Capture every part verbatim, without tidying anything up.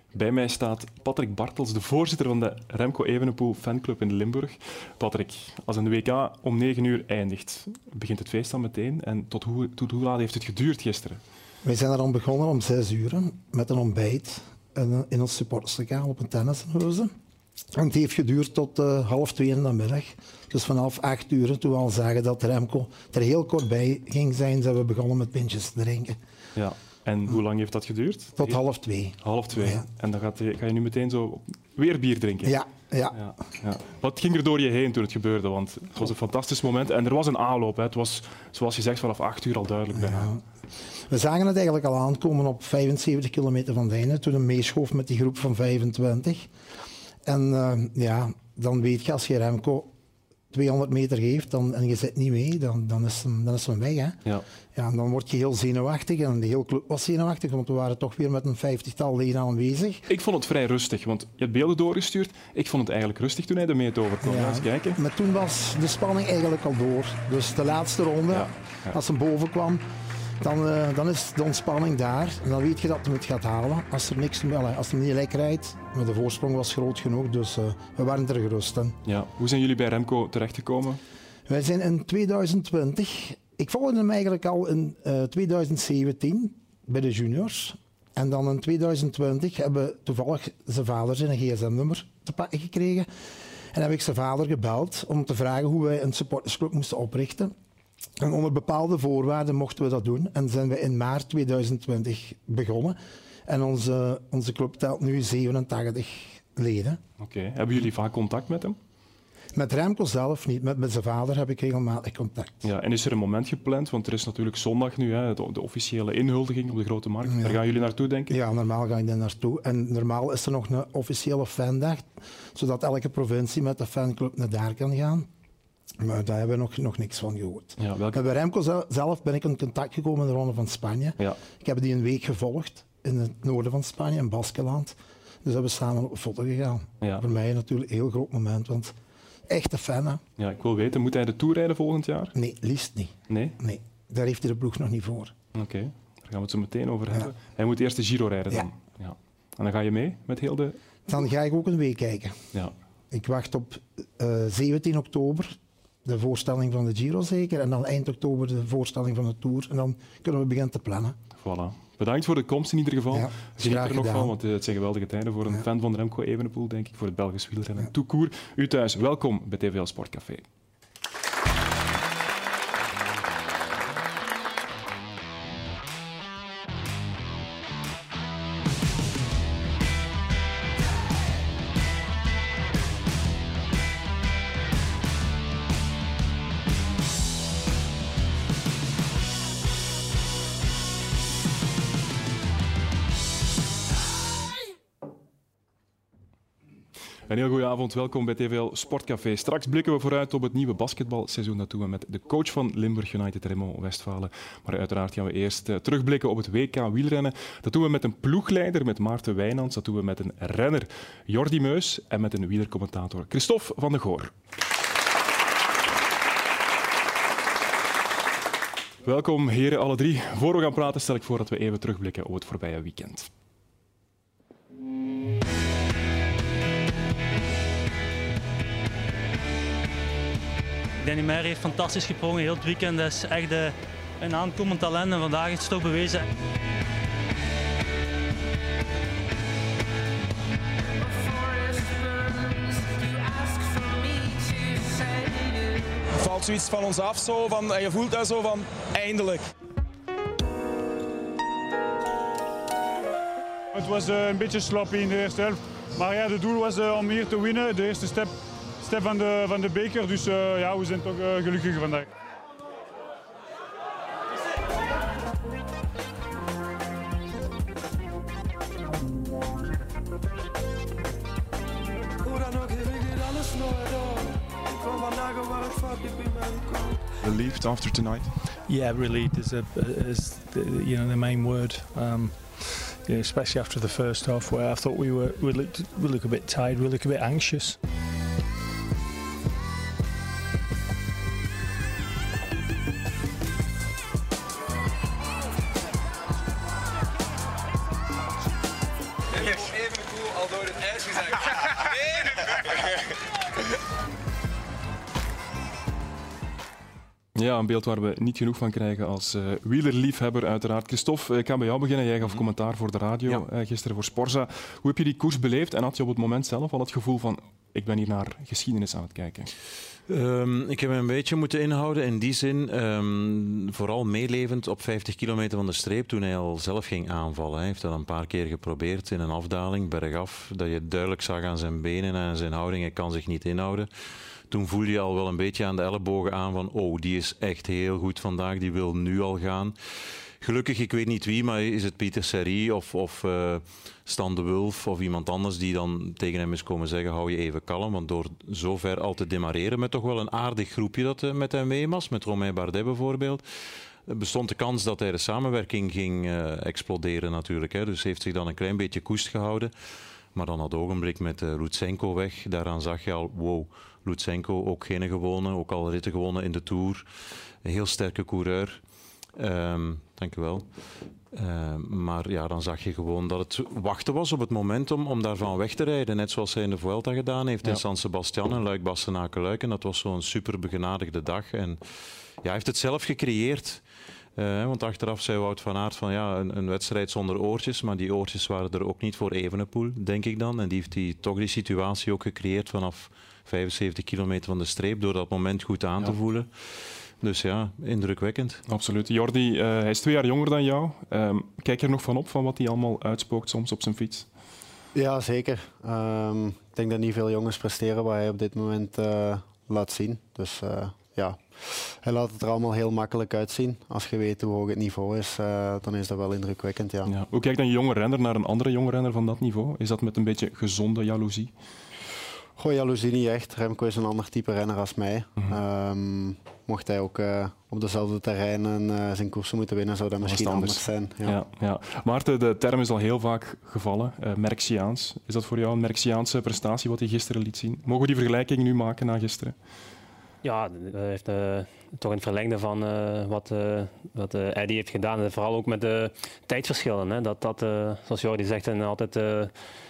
Bij mij staat Patrick Bartels, de voorzitter van de Remco Evenepoel fanclub in Limburg. Patrick, als een W K om negen uur eindigt, begint het feest dan meteen. En tot hoe, tot hoe laat heeft het geduurd gisteren? Wij zijn er al begonnen om zes uur met een ontbijt in ons supporterslokaal op een tennishuizen. En het heeft geduurd tot uh, half twee in de middag. Dus vanaf acht uur, toen we al zagen dat Remco er heel kort bij ging zijn, zijn we begonnen met pintjes te drinken. Ja. En hoe lang heeft dat geduurd? Tot half twee. Half twee. Ja. En dan gaat je, ga je nu meteen zo weer bier drinken? Ja. ja. ja, ja. Wat ging er door je heen toen het gebeurde? Want het was een fantastisch moment en er was een aanloop. Hè. Het was, zoals je zegt, vanaf acht uur al duidelijk bijna. Ja. We zagen het eigenlijk al aankomen op vijfenzeventig kilometer van Dijnen, toen hij meeschoof met die groep van vijfentwintig. En uh, ja, dan weet je, als je Remco tweehonderd meter geeft dan, en je zit niet mee, dan, dan is hem, dan is hem weg. Hè? Ja. Ja, en dan word je heel zenuwachtig en de hele club was zenuwachtig, want we waren toch weer met een vijftigtal leden aanwezig. Ik vond het vrij rustig, want je hebt beelden doorgestuurd. Ik vond het eigenlijk rustig toen hij de meet overkwam. Ja, eens kijken. Maar toen was de spanning eigenlijk al door. Dus de laatste ronde, ja, ja. als hij boven kwam, dan, uh, dan is de ontspanning daar. En dan weet je dat hij het gaat halen. Als er niks, well, als hij niet lekker rijdt, maar de voorsprong was groot genoeg, dus uh, we waren er gerust in. Ja. Hoe zijn jullie bij Remco terechtgekomen? Wij zijn in twintig twintig... Ik volgde hem eigenlijk al in uh, twintig zeventien bij de juniors. En dan in twintig twintig hebben we toevallig zijn vader zijn G S M-nummer te pakken gekregen. En heb ik zijn vader gebeld om te vragen hoe wij een supportersclub moesten oprichten. En onder bepaalde voorwaarden mochten we dat doen. En zijn we in maart twintig twintig begonnen. En onze, onze club telt nu zevenentachtig leden. Oké. Okay. Hebben jullie vaak contact met hem? Met Remco zelf niet, met, met zijn vader heb ik regelmatig contact. Ja, en is er een moment gepland, want er is natuurlijk zondag nu, hè, de, de officiële inhuldiging op de Grote Markt. Ja. Daar gaan jullie naartoe, denk ik? Ja, normaal ga ik daar naartoe. En normaal is er nog een officiële fandag, zodat elke provincie met de fanclub naar daar kan gaan. Maar daar hebben we nog, nog niks van gehoord. Ja, welke... Bij Remco zelf ben ik in contact gekomen in de Ronde van Spanje. Ja. Ik heb die een week gevolgd in het noorden van Spanje, in Baskeland. Dus hebben we samen op een foto gegaan. Ja. Voor mij natuurlijk een heel groot moment, want... Echte fan, hè? Ja, ik wil weten, moet hij de Tour rijden volgend jaar? Nee, liefst niet. Nee? Nee, daar heeft hij de ploeg nog niet voor. Oké, okay. Daar gaan we het zo meteen over hebben. Ja. Hij moet eerst de Giro rijden dan? Ja. Ja. En dan ga je mee met heel de... Dan ga ik ook een week kijken. Ja. Ik wacht op uh, zeventien oktober, de voorstelling van de Giro zeker, en dan eind oktober de voorstelling van de Tour. En dan kunnen we beginnen te plannen. Voilà. Bedankt voor de komst in ieder geval. Ja, geniet er nog van, want het zijn geweldige tijden voor een ja. fan van Remco Evenepoel, denk ik, voor het Belgisch wielrennen. Ja. Tout court. U thuis, welkom bij T V L Sportcafé. Een heel goede avond, welkom bij T V L Sportcafé. Straks blikken we vooruit op het nieuwe basketbalseizoen. Dat doen we met de coach van Limburg United, Raymond Westphalen. Maar uiteraard gaan we eerst uh, terugblikken op het W K wielrennen. Dat doen we met een ploegleider, met Maarten Wijnands. Dat doen we met een renner, Jordi Meus. En met een wielercommentator, Christophe van de Goor. Welkom heren, alle drie. Voor we gaan praten stel ik voor dat we even terugblikken op het voorbije weekend. Danny Meijer heeft fantastisch gesprongen heel het weekend. Dat is echt uh, een aankomend talent en vandaag is het toch bewezen. Er valt zoiets van ons af zo, van, en je voelt dat zo van eindelijk. Het was uh, een beetje sloppy in de eerste helft. Maar ja, het doel was uh, om hier te winnen. De eerste stap. Step van de, van de beker, dus uh, ja, we zijn toch uh, gelukkig vandaag. Relieved after tonight? Yeah, relieved is, a, is the, you know, the main word. Um, you know, especially after the first half, where I thought we were we looked we look a bit tired, we look a bit anxious. Evenepoel al door het ijs gezakt. Ja, een beeld waar we niet genoeg van krijgen als uh, wielerliefhebber uiteraard. Christophe, ik ga bij jou beginnen. Jij gaf commentaar voor de radio ja. uh, gisteren voor Sporza. Hoe heb je die koers beleefd en had je op het moment zelf al het gevoel van ik ben hier naar geschiedenis aan het kijken? Um, ik heb me een beetje moeten inhouden in die zin, um, vooral meelevend op vijftig kilometer van de streep toen hij al zelf ging aanvallen. Hij heeft dat een paar keer geprobeerd in een afdaling, bergaf, dat je duidelijk zag aan zijn benen en aan zijn houding, hij kan zich niet inhouden. Toen voelde je al wel een beetje aan de ellebogen aan van oh, die is echt heel goed vandaag, die wil nu al gaan. Gelukkig, ik weet niet wie, maar is het Pieter Serry of, of uh, Stan de Wulf of iemand anders die dan tegen hem is komen zeggen hou je even kalm, want door zo ver al te demareren met toch wel een aardig groepje dat uh, met hem mee was, met Romain Bardet bijvoorbeeld, bestond de kans dat hij de samenwerking ging uh, exploderen natuurlijk. Hè. Dus heeft zich dan een klein beetje koest gehouden. Maar dan dat ogenblik met uh, Lutsenko weg, daaraan zag je al, wow, Lutsenko ook geen gewone, ook al ritten gewonnen in de Tour. Een heel sterke coureur. Um, dank u wel. Uh, maar ja, dan zag je gewoon dat het wachten was op het moment om, om daarvan weg te rijden. Net zoals hij in de Vuelta gedaan heeft ja. in San Sebastian en Luik-Bastenaken-Luik. En dat was zo'n super begenadigde dag. En ja, hij heeft het zelf gecreëerd. Uh, want achteraf zei Wout van Aert van ja, een, een wedstrijd zonder oortjes, maar die oortjes waren er ook niet voor Evenepoel, denk ik dan. En die heeft die, toch die situatie ook gecreëerd vanaf vijfenzeventig kilometer van de streep, door dat moment goed aan ja. te voelen. Dus ja, indrukwekkend. Absoluut. Jordi, uh, hij is twee jaar jonger dan jou. Um, kijk je er nog van op, van wat hij allemaal uitspookt soms op zijn fiets? Ja, zeker. Um, ik denk dat niet veel jongens presteren wat hij op dit moment uh, laat zien. Dus uh, ja, hij laat het er allemaal heel makkelijk uitzien. Als je weet hoe hoog het niveau is, uh, dan is dat wel indrukwekkend, ja. Ja. Hoe kijkt een jonge renner naar een andere jonge renner van dat niveau? Is dat met een beetje gezonde jaloezie? Goh, jaloezie niet echt. Remco is een ander type renner als mij. Mm-hmm. Um, mocht hij ook uh, op dezelfde terreinen uh, zijn koersen moeten winnen, zou dat misschien anders zijn. Ja. Ja, ja. Maarten, de term is al heel vaak gevallen. Uh, Merckxiaans. Is dat voor jou een Merckxiaanse prestatie wat hij gisteren liet zien? Mogen we die vergelijking nu maken na gisteren? Ja, hij heeft uh, toch een verlengde van uh, wat, uh, wat uh, Eddie heeft gedaan. En vooral ook met de tijdverschillen. Hè. Dat, dat, uh, zoals Jordi zegt, en altijd... Uh,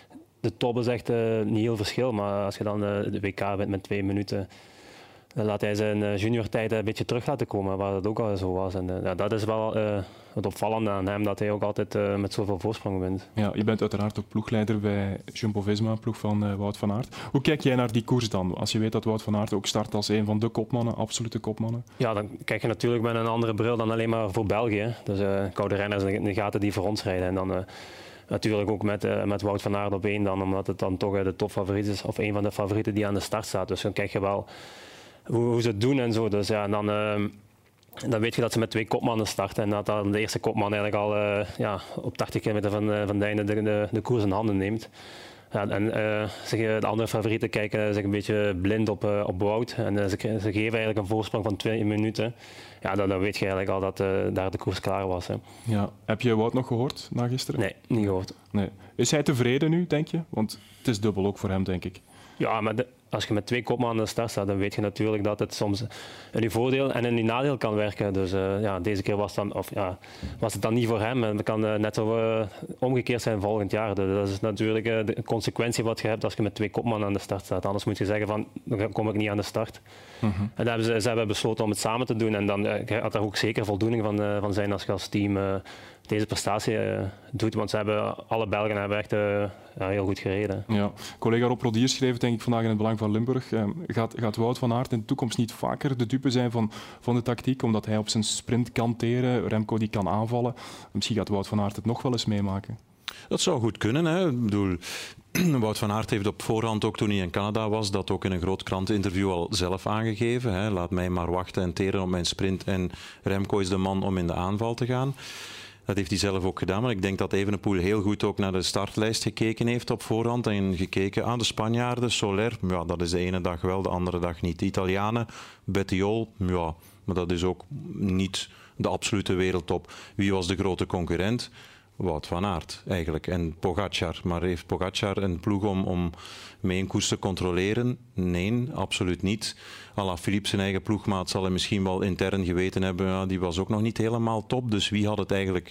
De top is echt uh, niet heel verschil, maar als je dan uh, de W K bent met twee minuten, dan laat hij zijn uh, juniortijd een beetje terug laten komen, waar dat ook al zo was. En uh, ja, dat is wel uh, het opvallende aan hem, dat hij ook altijd uh, met zoveel voorsprong wint. Ja, je bent uiteraard ook ploegleider bij Jumbo-Visma, ploeg van uh, Wout van Aert. Hoe kijk jij naar die koers dan, als je weet dat Wout van Aert ook start als een van de kopmannen, absolute kopmannen? Ja, dan kijk je natuurlijk met een andere bril dan alleen maar voor België. Dus uh, ik hou de renners in de gaten die voor ons rijden. En dan... Uh, Natuurlijk ook met, uh, met Wout van Aert op één, dan, omdat het dan toch uh, de topfavoriet is, of een van de favorieten die aan de start staat. Dus dan kijk je wel hoe, hoe ze het doen en zo. Dus ja, en dan, uh, dan weet je dat ze met twee kopmannen starten en dat dan de eerste kopman eigenlijk al uh, ja, op tachtig kilometer van, uh, van het einde de, de, de koers in handen neemt. Ja, en uh, de andere favorieten kijken zich een beetje blind op, uh, op Wout. En uh, ze, ze geven eigenlijk een voorsprong van twee minuten. Ja, dan, dan weet je eigenlijk al dat uh, daar de koers klaar was. Hè. Ja. Heb je Wout nog gehoord na gisteren? Nee, niet gehoord. Nee. Is hij tevreden nu, denk je? Want het is dubbel ook voor hem, denk ik. Ja, maar de, als je met twee kopmannen aan de start staat, dan weet je natuurlijk dat het soms in je voordeel en in je nadeel kan werken. Dus uh, ja, deze keer was, dan, of, ja, was het dan niet voor hem. En dat kan uh, net zo uh, omgekeerd zijn volgend jaar. Dus dat is natuurlijk uh, de consequentie wat je hebt als je met twee kopmannen aan de start staat. Anders moet je zeggen van, dan kom ik niet aan de start. Mm-hmm. En hebben ze, ze hebben besloten om het samen te doen. En dan uh, had er ook zeker voldoening van, uh, van zijn als je als team uh, deze prestatie uh, doet. Want ze hebben, alle Belgen hebben echt uh, ja, heel goed gereden. Ja. Collega Rob Rodier schreef denk ik vandaag in het Belang van Limburg. Uh, gaat, gaat Wout van Aert in de toekomst niet vaker de dupe zijn van, van de tactiek? Omdat hij op zijn sprint kan teren, Remco die kan aanvallen. Misschien gaat Wout van Aert het nog wel eens meemaken. Dat zou goed kunnen. Hè. Ik bedoel, Wout van Aert heeft op voorhand, ook toen hij in Canada was, dat ook in een groot kranteninterview al zelf aangegeven. Hè. Laat mij maar wachten en teren op mijn sprint en Remco is de man om in de aanval te gaan. Dat heeft hij zelf ook gedaan, maar ik denk dat Evenepoel heel goed ook naar de startlijst gekeken heeft op voorhand en gekeken aan de Spanjaarden. Soler, ja, dat is de ene dag wel, de andere dag niet. De Italianen, Bettiol, ja, maar dat is ook niet de absolute wereldtop. Wie was de grote concurrent? Wout van Aert eigenlijk en Pogacar. Maar heeft Pogacar een ploeg om, om mee een koers te controleren? Nee, absoluut niet. Alaphilippe, zijn eigen ploegmaat, zal hij misschien wel intern geweten hebben. Ja, die was ook nog niet helemaal top. Dus wie had het eigenlijk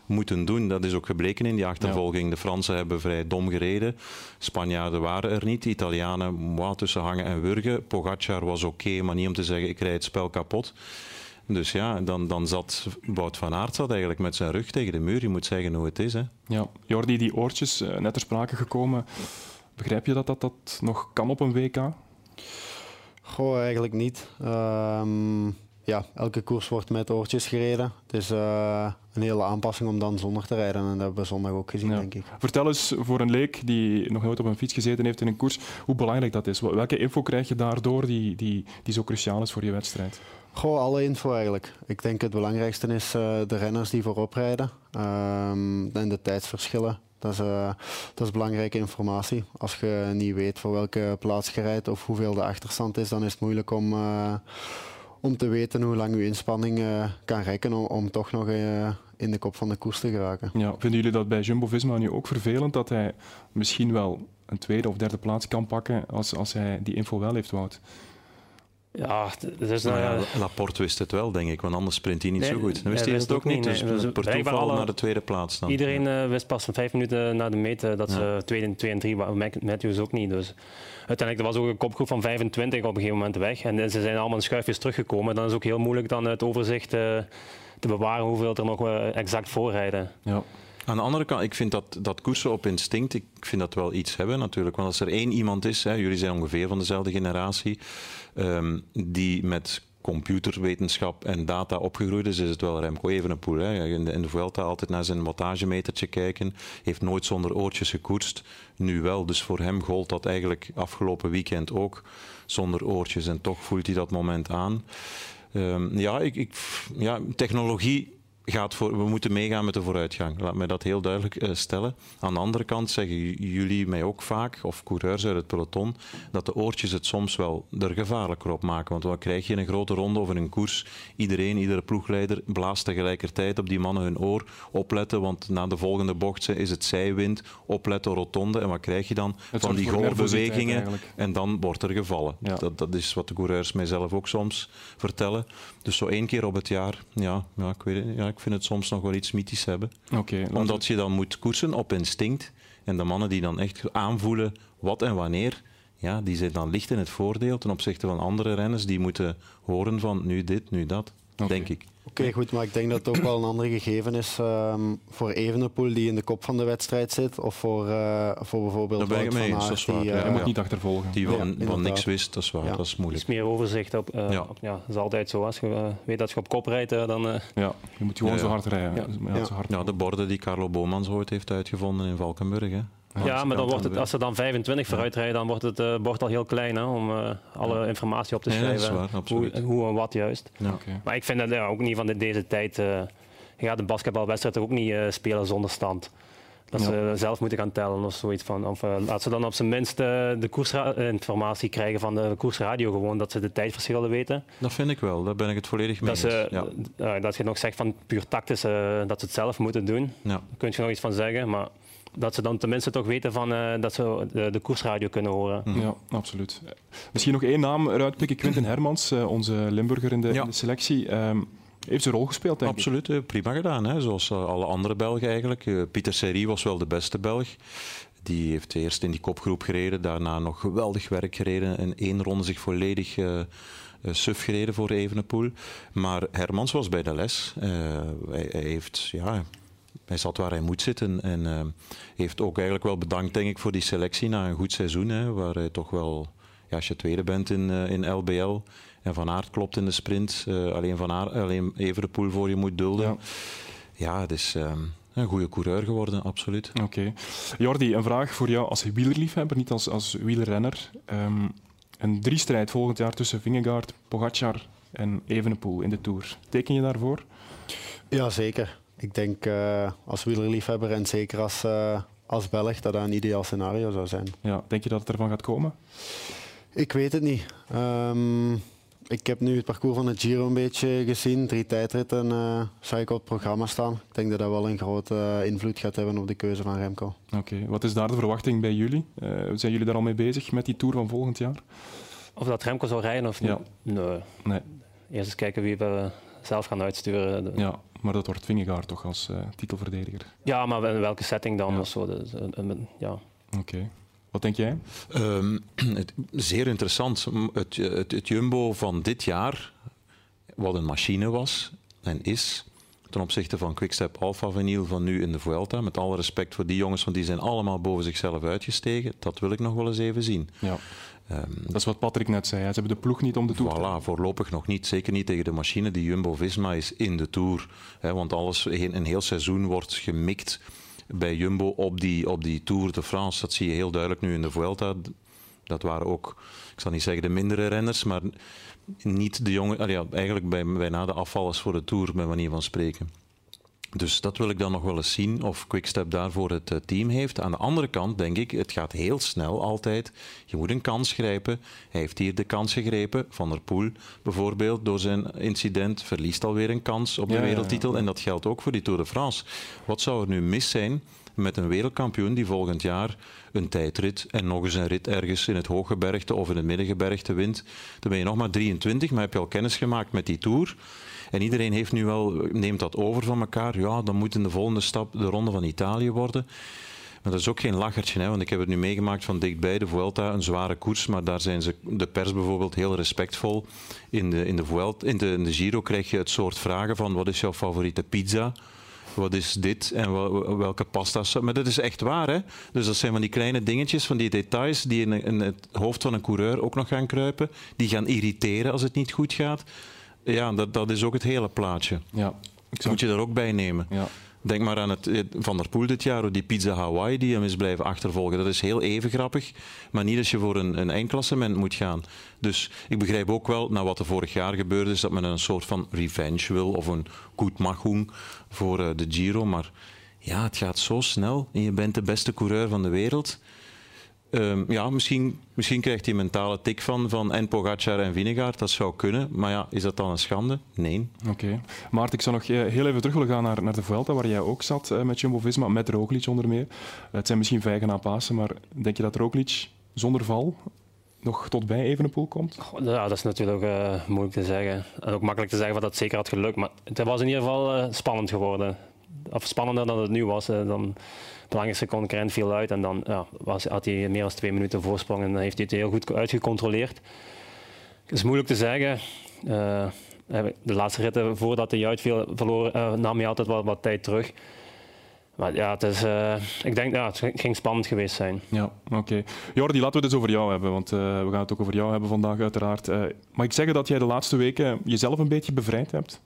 moeten doen. Dat is ook gebleken in die achtervolging. Ja. De Fransen hebben vrij dom gereden. Spanjaarden waren er niet. De Italianen wow, tussen hangen en wurgen. Pogacar was oké, okay, maar niet om te zeggen ik rijd het spel kapot. Dus ja, dan, dan zat Wout van Aert zat eigenlijk met zijn rug tegen de muur. Je moet zeggen hoe het is. Hè. Ja, Jordi, die oortjes, uh, net ter sprake gekomen. Begrijp je dat, dat dat nog kan op een W K? Goh, eigenlijk niet. Um, ja, elke koers wordt met oortjes gereden. Het is uh, een hele aanpassing om dan zonder te rijden. En dat hebben we zondag ook gezien, ja. denk ik. Vertel eens voor een leek die nog nooit op een fiets gezeten heeft in een koers, hoe belangrijk dat is. Welke info krijg je daardoor die, die, die zo cruciaal is voor je wedstrijd? Goh, alle info eigenlijk. Ik denk het belangrijkste is uh, de renners die voorop rijden. Um, en de tijdsverschillen. Dat is, uh, dat is belangrijke informatie. Als je niet weet voor welke plaats je rijdt of hoeveel de achterstand is, dan is het moeilijk om, uh, om te weten hoe lang je inspanning uh, kan rekken om, om toch nog uh, in de kop van de koers te geraken. Ja, vinden jullie dat bij Jumbo-Visma nu ook vervelend dat hij misschien wel een tweede of derde plaats kan pakken als, als hij die info wel heeft, Wout? Ja, dus, nou, ja, Laporte wist het wel, denk ik, want anders sprint hij niet nee, zo goed. Dan wist hij het ook niet, nee, dus nee, per toeval alle, naar de tweede plaats dan. Iedereen uh, wist pas van vijf minuten na de meet dat ja. ze twee, twee en drie waren, Matthews ook niet. Dus uiteindelijk was ook een kopgroep van vijfentwintig op een gegeven moment weg en ze zijn allemaal in schuifjes teruggekomen. Dan is het ook heel moeilijk dan het overzicht uh, te bewaren hoeveel er nog uh, exact voorrijden. Ja. Aan de andere kant, ik vind dat, dat koersen op instinct, ik vind dat wel iets hebben natuurlijk. Want als er één iemand is, hè, jullie zijn ongeveer van dezelfde generatie, um, die met computerwetenschap en data opgegroeid is, is het wel Remco Evenepoel. Hè. In de, in de Vuelta altijd naar zijn wattagemetertje kijken, heeft nooit zonder oortjes gekoerst, nu wel. Dus voor hem gold dat eigenlijk afgelopen weekend ook zonder oortjes en toch voelt hij dat moment aan. Um, ja, ik, ik, ja, technologie gaat voor, we moeten meegaan met de vooruitgang. Laat mij dat heel duidelijk uh, stellen. Aan de andere kant zeggen jullie mij ook vaak, of coureurs uit het peloton, dat de oortjes het soms wel er gevaarlijker op maken. Want wat krijg je in een grote ronde of in een koers? Iedereen, iedere ploegleider blaast tegelijkertijd op die mannen hun oor. Opletten, want na de volgende bocht is het zijwind. Opletten, rotonde. En wat krijg je dan? Het van die golfbewegingen. En dan wordt er gevallen. Ja. Dat, dat is wat de coureurs mij zelf ook soms vertellen. Dus zo één keer op het jaar, ja, ja, ik weet het, ja, ik vind het soms nog wel iets mythisch hebben. Okay, Omdat je dan moet koersen op instinct. En de mannen die dan echt aanvoelen wat en wanneer, ja, die zijn dan licht in het voordeel ten opzichte van andere renners die moeten horen van nu dit, nu dat, okay. denk ik. Oké, okay, goed, maar ik denk dat het ook wel een ander gegeven is um, voor Evenepoel die in de kop van de wedstrijd zit, of voor, uh, voor bijvoorbeeld Wout van Aert. Die, uh, ja, je moet niet achtervolgen. Die van, ja, van niks wist, dat is waar, ja. dat is moeilijk. Iets meer overzicht op, uh, ja. op, ja, dat is altijd zo. Als je uh, weet dat je op kop rijdt, uh, dan... Uh... Ja, je moet gewoon ja, ja. zo hard rijden. Ja. Ja. Ja, zo hard ja, de borden die Carlo Bomans ooit heeft uitgevonden in Valkenburg, hè. Ja, ja, maar dan wordt het, als ze dan vijfentwintig vooruit rijden, dan wordt het uh, bord al heel klein hè, om uh, alle ja. informatie op te schrijven. Ja, dat is waar, hoe, hoe en wat juist. Ja. Okay. Maar ik vind dat ja, ook niet van de, deze tijd. Uh, je gaat een basketbalwedstrijd ook niet uh, spelen zonder stand. Dat ja. ze zelf moeten gaan tellen of zoiets van. Of uh, laat ze dan op zijn minst uh, de koersinformatie krijgen van de koersradio, gewoon dat ze de tijdverschillen weten. Dat vind ik wel, daar ben ik het volledig mee eens. Dat, ze, ja. uh, dat je nog zegt van puur tactisch uh, dat ze het zelf moeten doen. Ja. Daar kun je nog iets van zeggen, maar dat ze dan tenminste toch weten van, uh, dat ze de, de koersradio kunnen horen. Ja, absoluut. Misschien nog één naam eruit pikken. Quinten Hermans, uh, onze Limburger in de, ja. in de selectie. Um, heeft zijn rol gespeeld, denk Absoluut, ik. Absoluut, prima gedaan. Hè? Zoals uh, alle andere Belgen eigenlijk. Uh, Pieter Serie was wel de beste Belg. Die heeft eerst in die kopgroep gereden, daarna nog geweldig werk gereden. En één ronde zich volledig uh, uh, suf gereden voor Evenepoel. Maar Hermans was bij de les. Uh, hij, hij heeft... Ja, Hij zat waar hij moet zitten en uh, heeft ook eigenlijk wel bedankt, denk ik, voor die selectie na een goed seizoen. Hè, waar hij toch wel, ja, als je tweede bent in, uh, in L B L en Van Aert klopt in de sprint, uh, alleen, Van Aert, alleen Evenepoel voor je moet dulden. Ja, ja het is uh, een goede coureur geworden, absoluut. Oké. Okay. Jordi, een vraag voor jou als wielerliefhebber, niet als, als wielerrenner. Um, een driestrijd volgend jaar tussen Vingegaard, Pogacar en Evenepoel in de Tour. Teken je daarvoor? Ja, zeker. Ik denk uh, als wielerliefhebber en zeker als, uh, als Belg dat dat een ideaal scenario zou zijn. Ja, denk je dat het ervan gaat komen? Ik weet het niet. Um, ik heb nu het parcours van het Giro een beetje gezien. Drie tijdritten uh, zou ik op het programma staan. Ik denk dat dat wel een grote uh, invloed gaat hebben op de keuze van Remco. Oké, okay. Wat is daar de verwachting bij jullie? Uh, zijn jullie daar al mee bezig met die Tour van volgend jaar? Of dat Remco zou rijden of niet? Ja. Nee. nee. Eerst eens kijken wie we zelf gaan uitsturen. Ja, Maar dat wordt Vingegaard toch als uh, titelverdediger? Ja, maar in welke setting dan? Ja. Of zo, dus, uh, uh, ja. Oké. Okay. Wat denk jij? Um, het, zeer interessant. Het, het, het Jumbo van dit jaar, wat een machine was en is, ten opzichte van Quickstep Alpha Vinyl van nu in de Vuelta, met alle respect voor die jongens, want die zijn allemaal boven zichzelf uitgestegen, dat wil ik nog wel eens even zien. Ja. Um, dat is wat Patrick net zei, hè. Ze hebben de ploeg niet om de Tour. Voilà, voorlopig nog niet. Zeker niet tegen de machine die Jumbo-Visma is in de Tour. Hè, want alles, een heel seizoen wordt gemikt bij Jumbo op die, op die Tour de France. Dat zie je heel duidelijk nu in de Vuelta. Dat waren ook, ik zal niet zeggen de mindere renners, maar niet de jongen, ja, eigenlijk bij, bijna de afvallers voor de Tour, bij manier van spreken. Dus dat wil ik dan nog wel eens zien of Quickstep daarvoor het uh, team heeft. Aan de andere kant denk ik, het gaat heel snel altijd. Je moet een kans grijpen. Hij heeft hier de kans gegrepen. Van der Poel bijvoorbeeld, door zijn incident, verliest alweer een kans op de ja, wereldtitel. Ja, ja. En dat geldt ook voor die Tour de France. Wat zou er nu mis zijn met een wereldkampioen die volgend jaar een tijdrit en nog eens een rit ergens in het hooggebergte of in het middengebergte wint? Dan ben je nog maar drieëntwintig, maar heb je al kennis gemaakt met die Tour. En iedereen heeft nu wel, neemt dat over van elkaar. Ja, dan moet in de volgende stap de Ronde van Italië worden. Maar dat is ook geen lachertje, hè, want ik heb het nu meegemaakt van dichtbij, de Vuelta, een zware koers, maar daar zijn ze, de pers bijvoorbeeld, heel respectvol. In de, in de, Vuelta, in de, in de Giro krijg je het soort vragen van wat is jouw favoriete pizza? Wat is dit en wel, welke pasta's? Maar dat is echt waar, hè? Dus dat zijn van die kleine dingetjes, van die details die in, in het hoofd van een coureur ook nog gaan kruipen. Die gaan irriteren als het niet goed gaat. Ja, dat, dat is ook het hele plaatje. Ja, dat moet je daar ook bij nemen. Ja. Denk maar aan het Van der Poel dit jaar, die Pizza Hawaii die hem is blijven achtervolgen. Dat is heel even grappig, maar niet als je voor een, een eindklassement moet gaan. Dus ik begrijp ook wel, na wat er vorig jaar gebeurd is, dat men een soort van revenge wil of een Gutmachung voor uh, de Giro. Maar ja, het gaat zo snel en je bent de beste coureur van de wereld. Um, ja, misschien, misschien krijgt hij een mentale tik van, van en Pogacar en Vingegaard. Dat zou kunnen. Maar ja, is dat dan een schande? Nee. Oké. Okay. Maarten, ik zou nog heel even terug willen gaan naar, naar de Vuelta, waar jij ook zat uh, met Jumbo-Visma, met Roglic onder meer. Uh, het zijn misschien vijgen na Pasen, maar denk je dat Roglic zonder val nog tot bij Evenepoel komt? Ja, dat is natuurlijk uh, moeilijk te zeggen. En ook makkelijk te zeggen dat het zeker had gelukt. Maar het was in ieder geval uh, spannend geworden. Of spannender dan het nu was. Uh, dan de belangrijkste concurrent viel uit en dan ja, was, had hij meer dan twee minuten voorsprong en dan heeft hij het heel goed uitgecontroleerd. Het is moeilijk te zeggen. Uh, de laatste ritten voordat hij uitviel, verloor, uh, nam hij altijd wat, wat tijd terug. Maar ja, het is, uh, ik denk ja, het ging spannend geweest zijn. Ja, oké. Okay. Jordi, laten we het eens over jou hebben, want uh, we gaan het ook over jou hebben vandaag uiteraard. Uh, mag ik zeggen dat jij de laatste weken jezelf een beetje bevrijd hebt?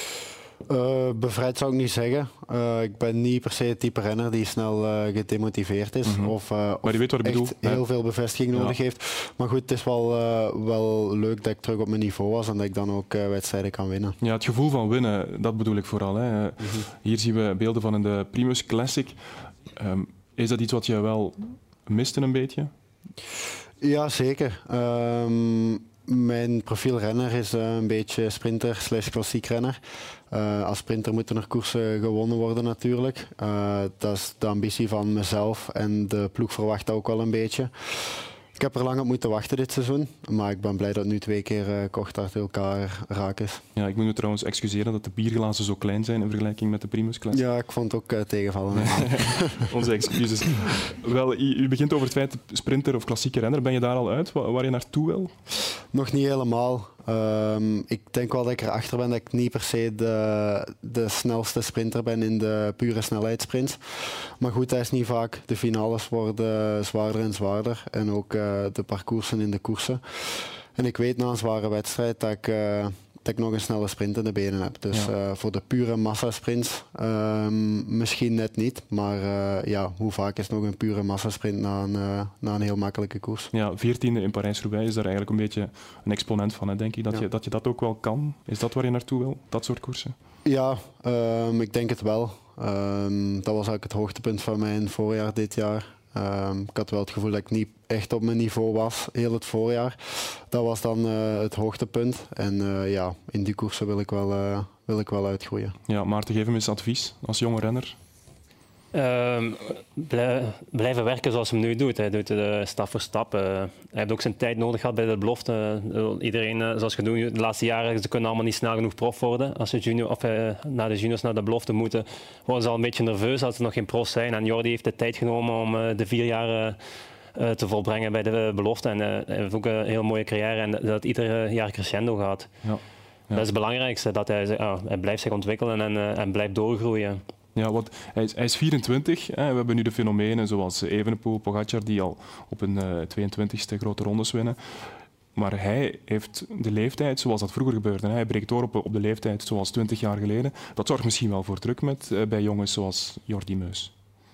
Uh, bevrijd zou ik niet zeggen. Uh, ik ben niet per se het type renner die snel uh, gedemotiveerd is. Mm-hmm. Of, uh, maar je weet wat ik bedoel. Echt heel veel bevestiging nodig ja. heeft. Maar goed, het is wel, uh, wel leuk dat ik terug op mijn niveau was en dat ik dan ook uh, wedstrijden kan winnen. Ja, het gevoel van winnen, dat bedoel ik vooral. Hè. Mm-hmm. Hier zien we beelden van in de Primus Classic. Um, is dat iets wat je wel miste een beetje? Ja, zeker. Um, Mijn profielrenner is uh, een beetje sprinter slash klassiek renner. Uh, als sprinter moeten er koersen gewonnen worden natuurlijk. Uh, dat is de ambitie van mezelf en de ploeg verwacht dat ook wel een beetje. Ik heb er lang op moeten wachten dit seizoen, maar ik ben blij dat het nu twee keer uh, kort achter elkaar raak is. Ja, ik moet me trouwens excuseren dat de bierglazen zo klein zijn in vergelijking met de Primus Classic. Ja, ik vond het ook uh, tegenvallen. Onze excuses. Wel, u begint over het feit sprinter of klassieke renner. Ben je daar al uit, waar je naartoe wil? Nog niet helemaal. Um, ik denk wel dat ik erachter ben dat ik niet per se de, de snelste sprinter ben in de pure snelheidssprints. Maar goed, dat is niet vaak. De finales worden zwaarder en zwaarder. En ook uh, de parcoursen in de koersen. En ik weet na een zware wedstrijd dat ik, uh, dat ik nog een snelle sprint in de benen heb. Dus ja. uh, voor de pure massasprints um, misschien net niet. Maar uh, ja, hoe vaak is nog een pure massasprint na een, uh, na een heel makkelijke koers? Ja, veertiende in Parijs-Roubaix is daar eigenlijk een beetje een exponent van, hè, denk ik. Dat, ja. je, dat je dat ook wel kan. Is dat waar je naartoe wil? Dat soort koersen? Ja, um, ik denk het wel. Um, dat was eigenlijk het hoogtepunt van mijn voorjaar dit jaar. Um, ik had wel het gevoel dat ik niet echt op mijn niveau was, heel het voorjaar. Dat was dan uh, het hoogtepunt. En uh, ja, in die koersen wil ik wel, uh, wil ik wel uitgroeien. Ja, Maarten, geef hem eens advies als jonge renner. Uh, blij, blijven werken zoals hij nu doet. Hij doet het uh, stap voor stap. Uh, hij heeft ook zijn tijd nodig gehad bij de belofte. Uh, iedereen, uh, zoals je doet, de laatste jaren, ze kunnen allemaal niet snel genoeg prof worden. Als ze junior, of, uh, naar de juniors naar de belofte moeten, worden ze al een beetje nerveus als ze nog geen prof zijn. En Jordi heeft de tijd genomen om uh, de vier jaar uh, te volbrengen bij de belofte. En uh, hij heeft ook een heel mooie carrière en dat ieder jaar crescendo gaat. Ja. Ja. Dat is het belangrijkste, dat hij, uh, hij blijft zich ontwikkelen en, uh, en blijft doorgroeien. Ja, want hij is, hij is vierentwintig. Hè. We hebben nu de fenomenen zoals Evenepoel, Pogacar, die al op hun uh, tweeëntwintigste grote rondes winnen. Maar hij heeft de leeftijd zoals dat vroeger gebeurde. Hè. Hij breekt door op, op de leeftijd zoals twintig jaar geleden. Dat zorgt misschien wel voor druk met, uh, bij jongens zoals Jordi Meus.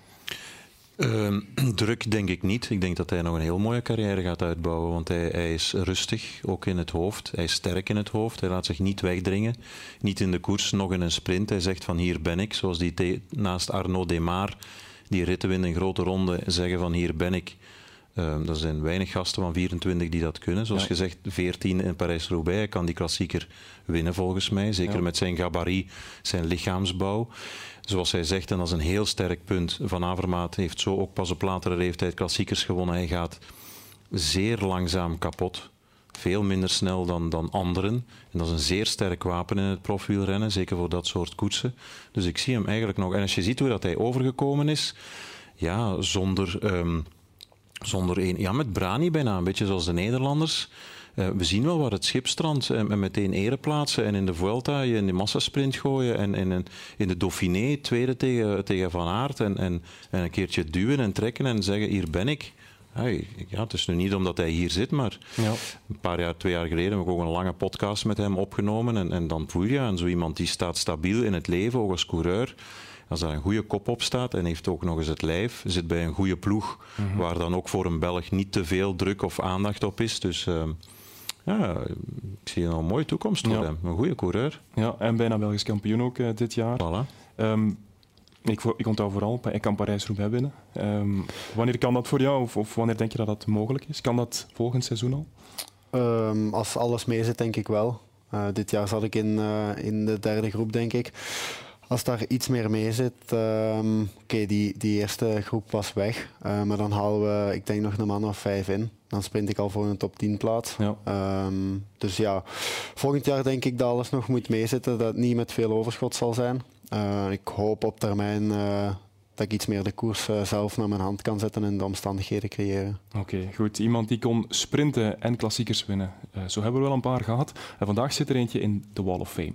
Uh, druk denk ik niet. Ik denk dat hij nog een heel mooie carrière gaat uitbouwen. Want hij, hij is rustig, ook in het hoofd. Hij is sterk in het hoofd. Hij laat zich niet wegdringen. Niet in de koers, nog in een sprint. Hij zegt van hier ben ik. Zoals die te- naast Arnaud Démare, die ritten wint in grote ronde, zeggen van hier ben ik. Uh, er zijn weinig gasten van vierentwintig die dat kunnen. Zoals ja. gezegd, veertien in Parijs-Roubaix. Hij kan die klassieker winnen volgens mij. Zeker ja. met zijn gabarit, zijn lichaamsbouw. Zoals hij zegt, en dat is een heel sterk punt, Van Avermaet heeft zo ook pas op latere leeftijd klassiekers gewonnen. Hij gaat zeer langzaam kapot. Veel minder snel dan, dan anderen. En dat is een zeer sterk wapen in het profwielrennen, zeker voor dat soort koersen. Dus ik zie hem eigenlijk nog. En als je ziet hoe dat hij overgekomen is, ja, zonder... Um, zonder een, ja, met Brani bijna, een beetje zoals de Nederlanders. Uh, we zien wel waar het schip strandt en, en meteen ereplaatsen en in de Vuelta je in de massasprint gooien en, en, en in de Dauphiné tweede tegen, tegen Van Aert en, en, en een keertje duwen en trekken en zeggen hier ben ik. Hey, ja, het is nu niet omdat hij hier zit, maar ja. een paar jaar, twee jaar geleden heb ik ook een lange podcast met hem opgenomen en, en dan voel je aan zo iemand die staat stabiel in het leven, ook als coureur. Als daar een goede kop op staat en heeft ook nog eens het lijf, zit bij een goede ploeg, mm-hmm. waar dan ook voor een Belg niet te veel druk of aandacht op is. Dus uh, ja, ik zie een mooie toekomst voor ja. hem. Een goede coureur. Ja, en bijna Belgisch kampioen ook uh, dit jaar. Voilà. Um, ik, ik onthoud vooral, hij kan Parijs-Roubaix winnen. Um, wanneer kan dat voor jou of, of wanneer denk je dat dat mogelijk is? Kan dat volgend seizoen al? Um, als alles mee zit, denk ik wel. Uh, dit jaar zat ik in, uh, in de derde groep, denk ik. Als daar iets meer mee zit, um, oké, okay, die, die eerste groep was weg, uh, maar dan halen we, ik denk, nog een man of vijf in. Dan sprint ik al voor een top tien plaats. Ja. Um, dus ja, volgend jaar denk ik dat alles nog moet meezitten, dat het niet met veel overschot zal zijn. Uh, ik hoop op termijn uh, dat ik iets meer de koers uh, zelf naar mijn hand kan zetten en de omstandigheden creëren. Oké, okay, goed. Iemand die kon sprinten en klassiekers winnen. Uh, zo hebben we wel een paar gehad. En vandaag zit er eentje in de Wall of Fame.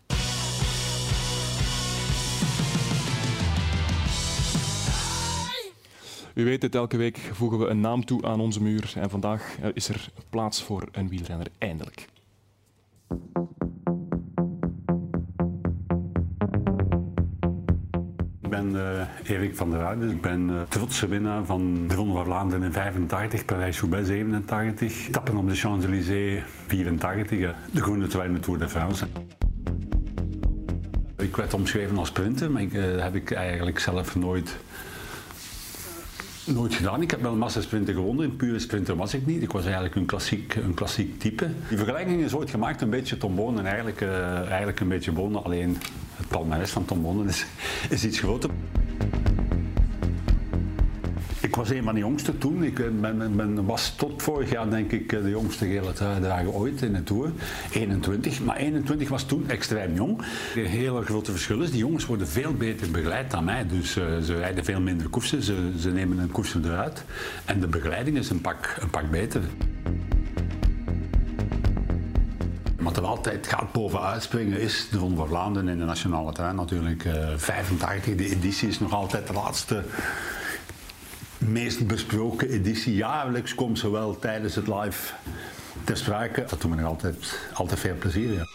U weet het, elke week voegen we een naam toe aan onze muur. En vandaag is er plaats voor een wielrenner, eindelijk. Ik ben uh, Erik van der Ruijden. Ik ben uh, trotse winnaar van de Ronde van Vlaanderen in vijfentachtig, Parijs-Roubaix zevenentachtig, etappen op de Champs-Élysées vierentachtig, uh, de groene trui in de Tour de France. Ik werd omschreven als sprinter, maar ik, uh, dat heb ik eigenlijk zelf nooit... Nooit gedaan. Ik heb wel een massasprinter gewonnen. Een pure sprinter was ik niet. Ik was eigenlijk een klassiek, een klassiek type. Die vergelijking is ooit gemaakt, een beetje Tom Bonen. Eigenlijk, uh, eigenlijk een beetje Bonen. Alleen het palmares van Tom Bonen is, is iets groter. Ik was een van de jongsten toen. Ik ben, ben, was tot vorig jaar denk ik de jongste gele truidrager ooit in de Tour. eenentwintig. Maar eenentwintig was toen extreem jong. Een hele grote verschil is, die jongens worden veel beter begeleid dan mij. Dus uh, ze rijden veel minder koersen, ze, ze nemen een koersen eruit. En de begeleiding is een pak, een pak beter. Wat er altijd gaat bovenuit springen is de Ronde van Vlaanderen in de nationale trein natuurlijk. Uh, vijfentachtig, de editie is nog altijd de laatste... meest besproken editie. Jaarlijks komt ze wel tijdens het live ter sprake. Dat doet me nog altijd, altijd veel plezier. Ja.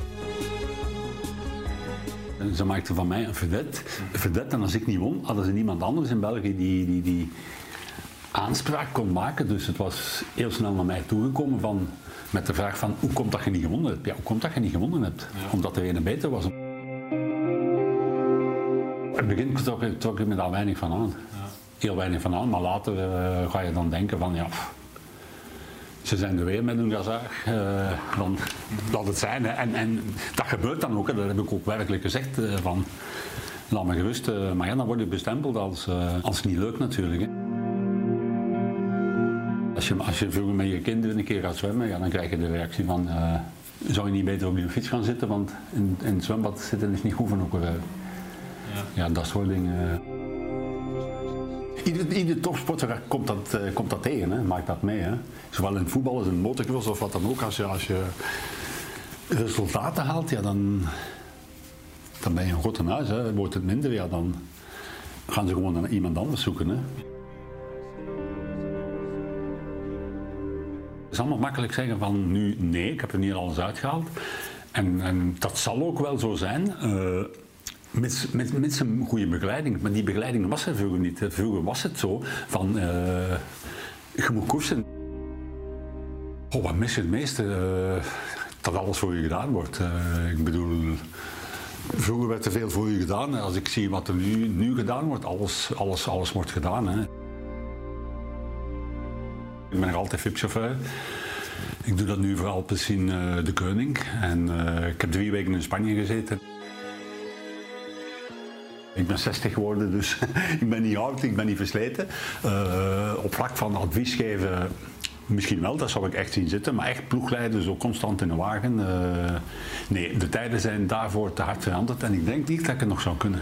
Ze maakten van mij een vedette. Een vedette, en als ik niet won, hadden ze niemand anders in België die, die, die aanspraak kon maken. Dus het was heel snel naar mij toegekomen van, met de vraag van hoe komt dat je niet gewonnen hebt? Ja, hoe komt dat je niet gewonnen hebt? Ja. Omdat er een beter was. In het begin trok, trok ik me daar weinig van aan. Ja. Heel weinig van aan, maar later uh, ga je dan denken van ja, pff, ze zijn er weer met hun gazaar, uh, dan dat het zijn. Hè. En, en dat gebeurt dan ook, hè. Dat heb ik ook werkelijk gezegd. Uh, van, laat me gerust. Uh, maar ja, dan word je bestempeld als, uh, als niet leuk natuurlijk. Hè. Als je, als je vroeger met je kinderen een keer gaat zwemmen, ja, dan krijg je de reactie van... Uh, zou je niet beter op je fiets gaan zitten, want in, in het zwembad zitten is niet goed van elkaar. Ja. ja, dat soort dingen. Ieder, ieder topsporter komt dat, uh, komt dat tegen, hè. Maakt dat mee. Hè. Zowel in voetbal als in motocross of wat dan ook. Als je, als je resultaten haalt, ja, dan, dan ben je een god in huis. Hè. Wordt het minder, ja, dan gaan ze gewoon naar iemand anders zoeken. Hè. Het is allemaal makkelijk zeggen van nu nee, ik heb er niet alles uitgehaald. En, en dat zal ook wel zo zijn. Uh, Met, met, met zijn goede begeleiding. Maar die begeleiding was er vroeger niet. Vroeger was het zo van, uh, je moet koersen. Oh, wat mis je het meeste? Uh, dat alles voor je gedaan wordt. Uh, ik bedoel, vroeger werd er veel voor je gedaan. Als ik zie wat er nu, nu gedaan wordt, alles, alles, alles wordt gedaan. Hè. Ik ben nog altijd V I P-chauffeur. Ik doe dat nu voor Alpes in uh, de Koning. En uh, ik heb drie weken in Spanje gezeten. Ik ben zestig geworden, dus ik ben niet oud, ik ben niet versleten. Uh, op vlak van advies geven, misschien wel, dat zou ik echt zien zitten. Maar echt ploegleiden, zo constant in de wagen. Uh, nee, de tijden zijn daarvoor te hard veranderd en ik denk niet dat ik het nog zou kunnen.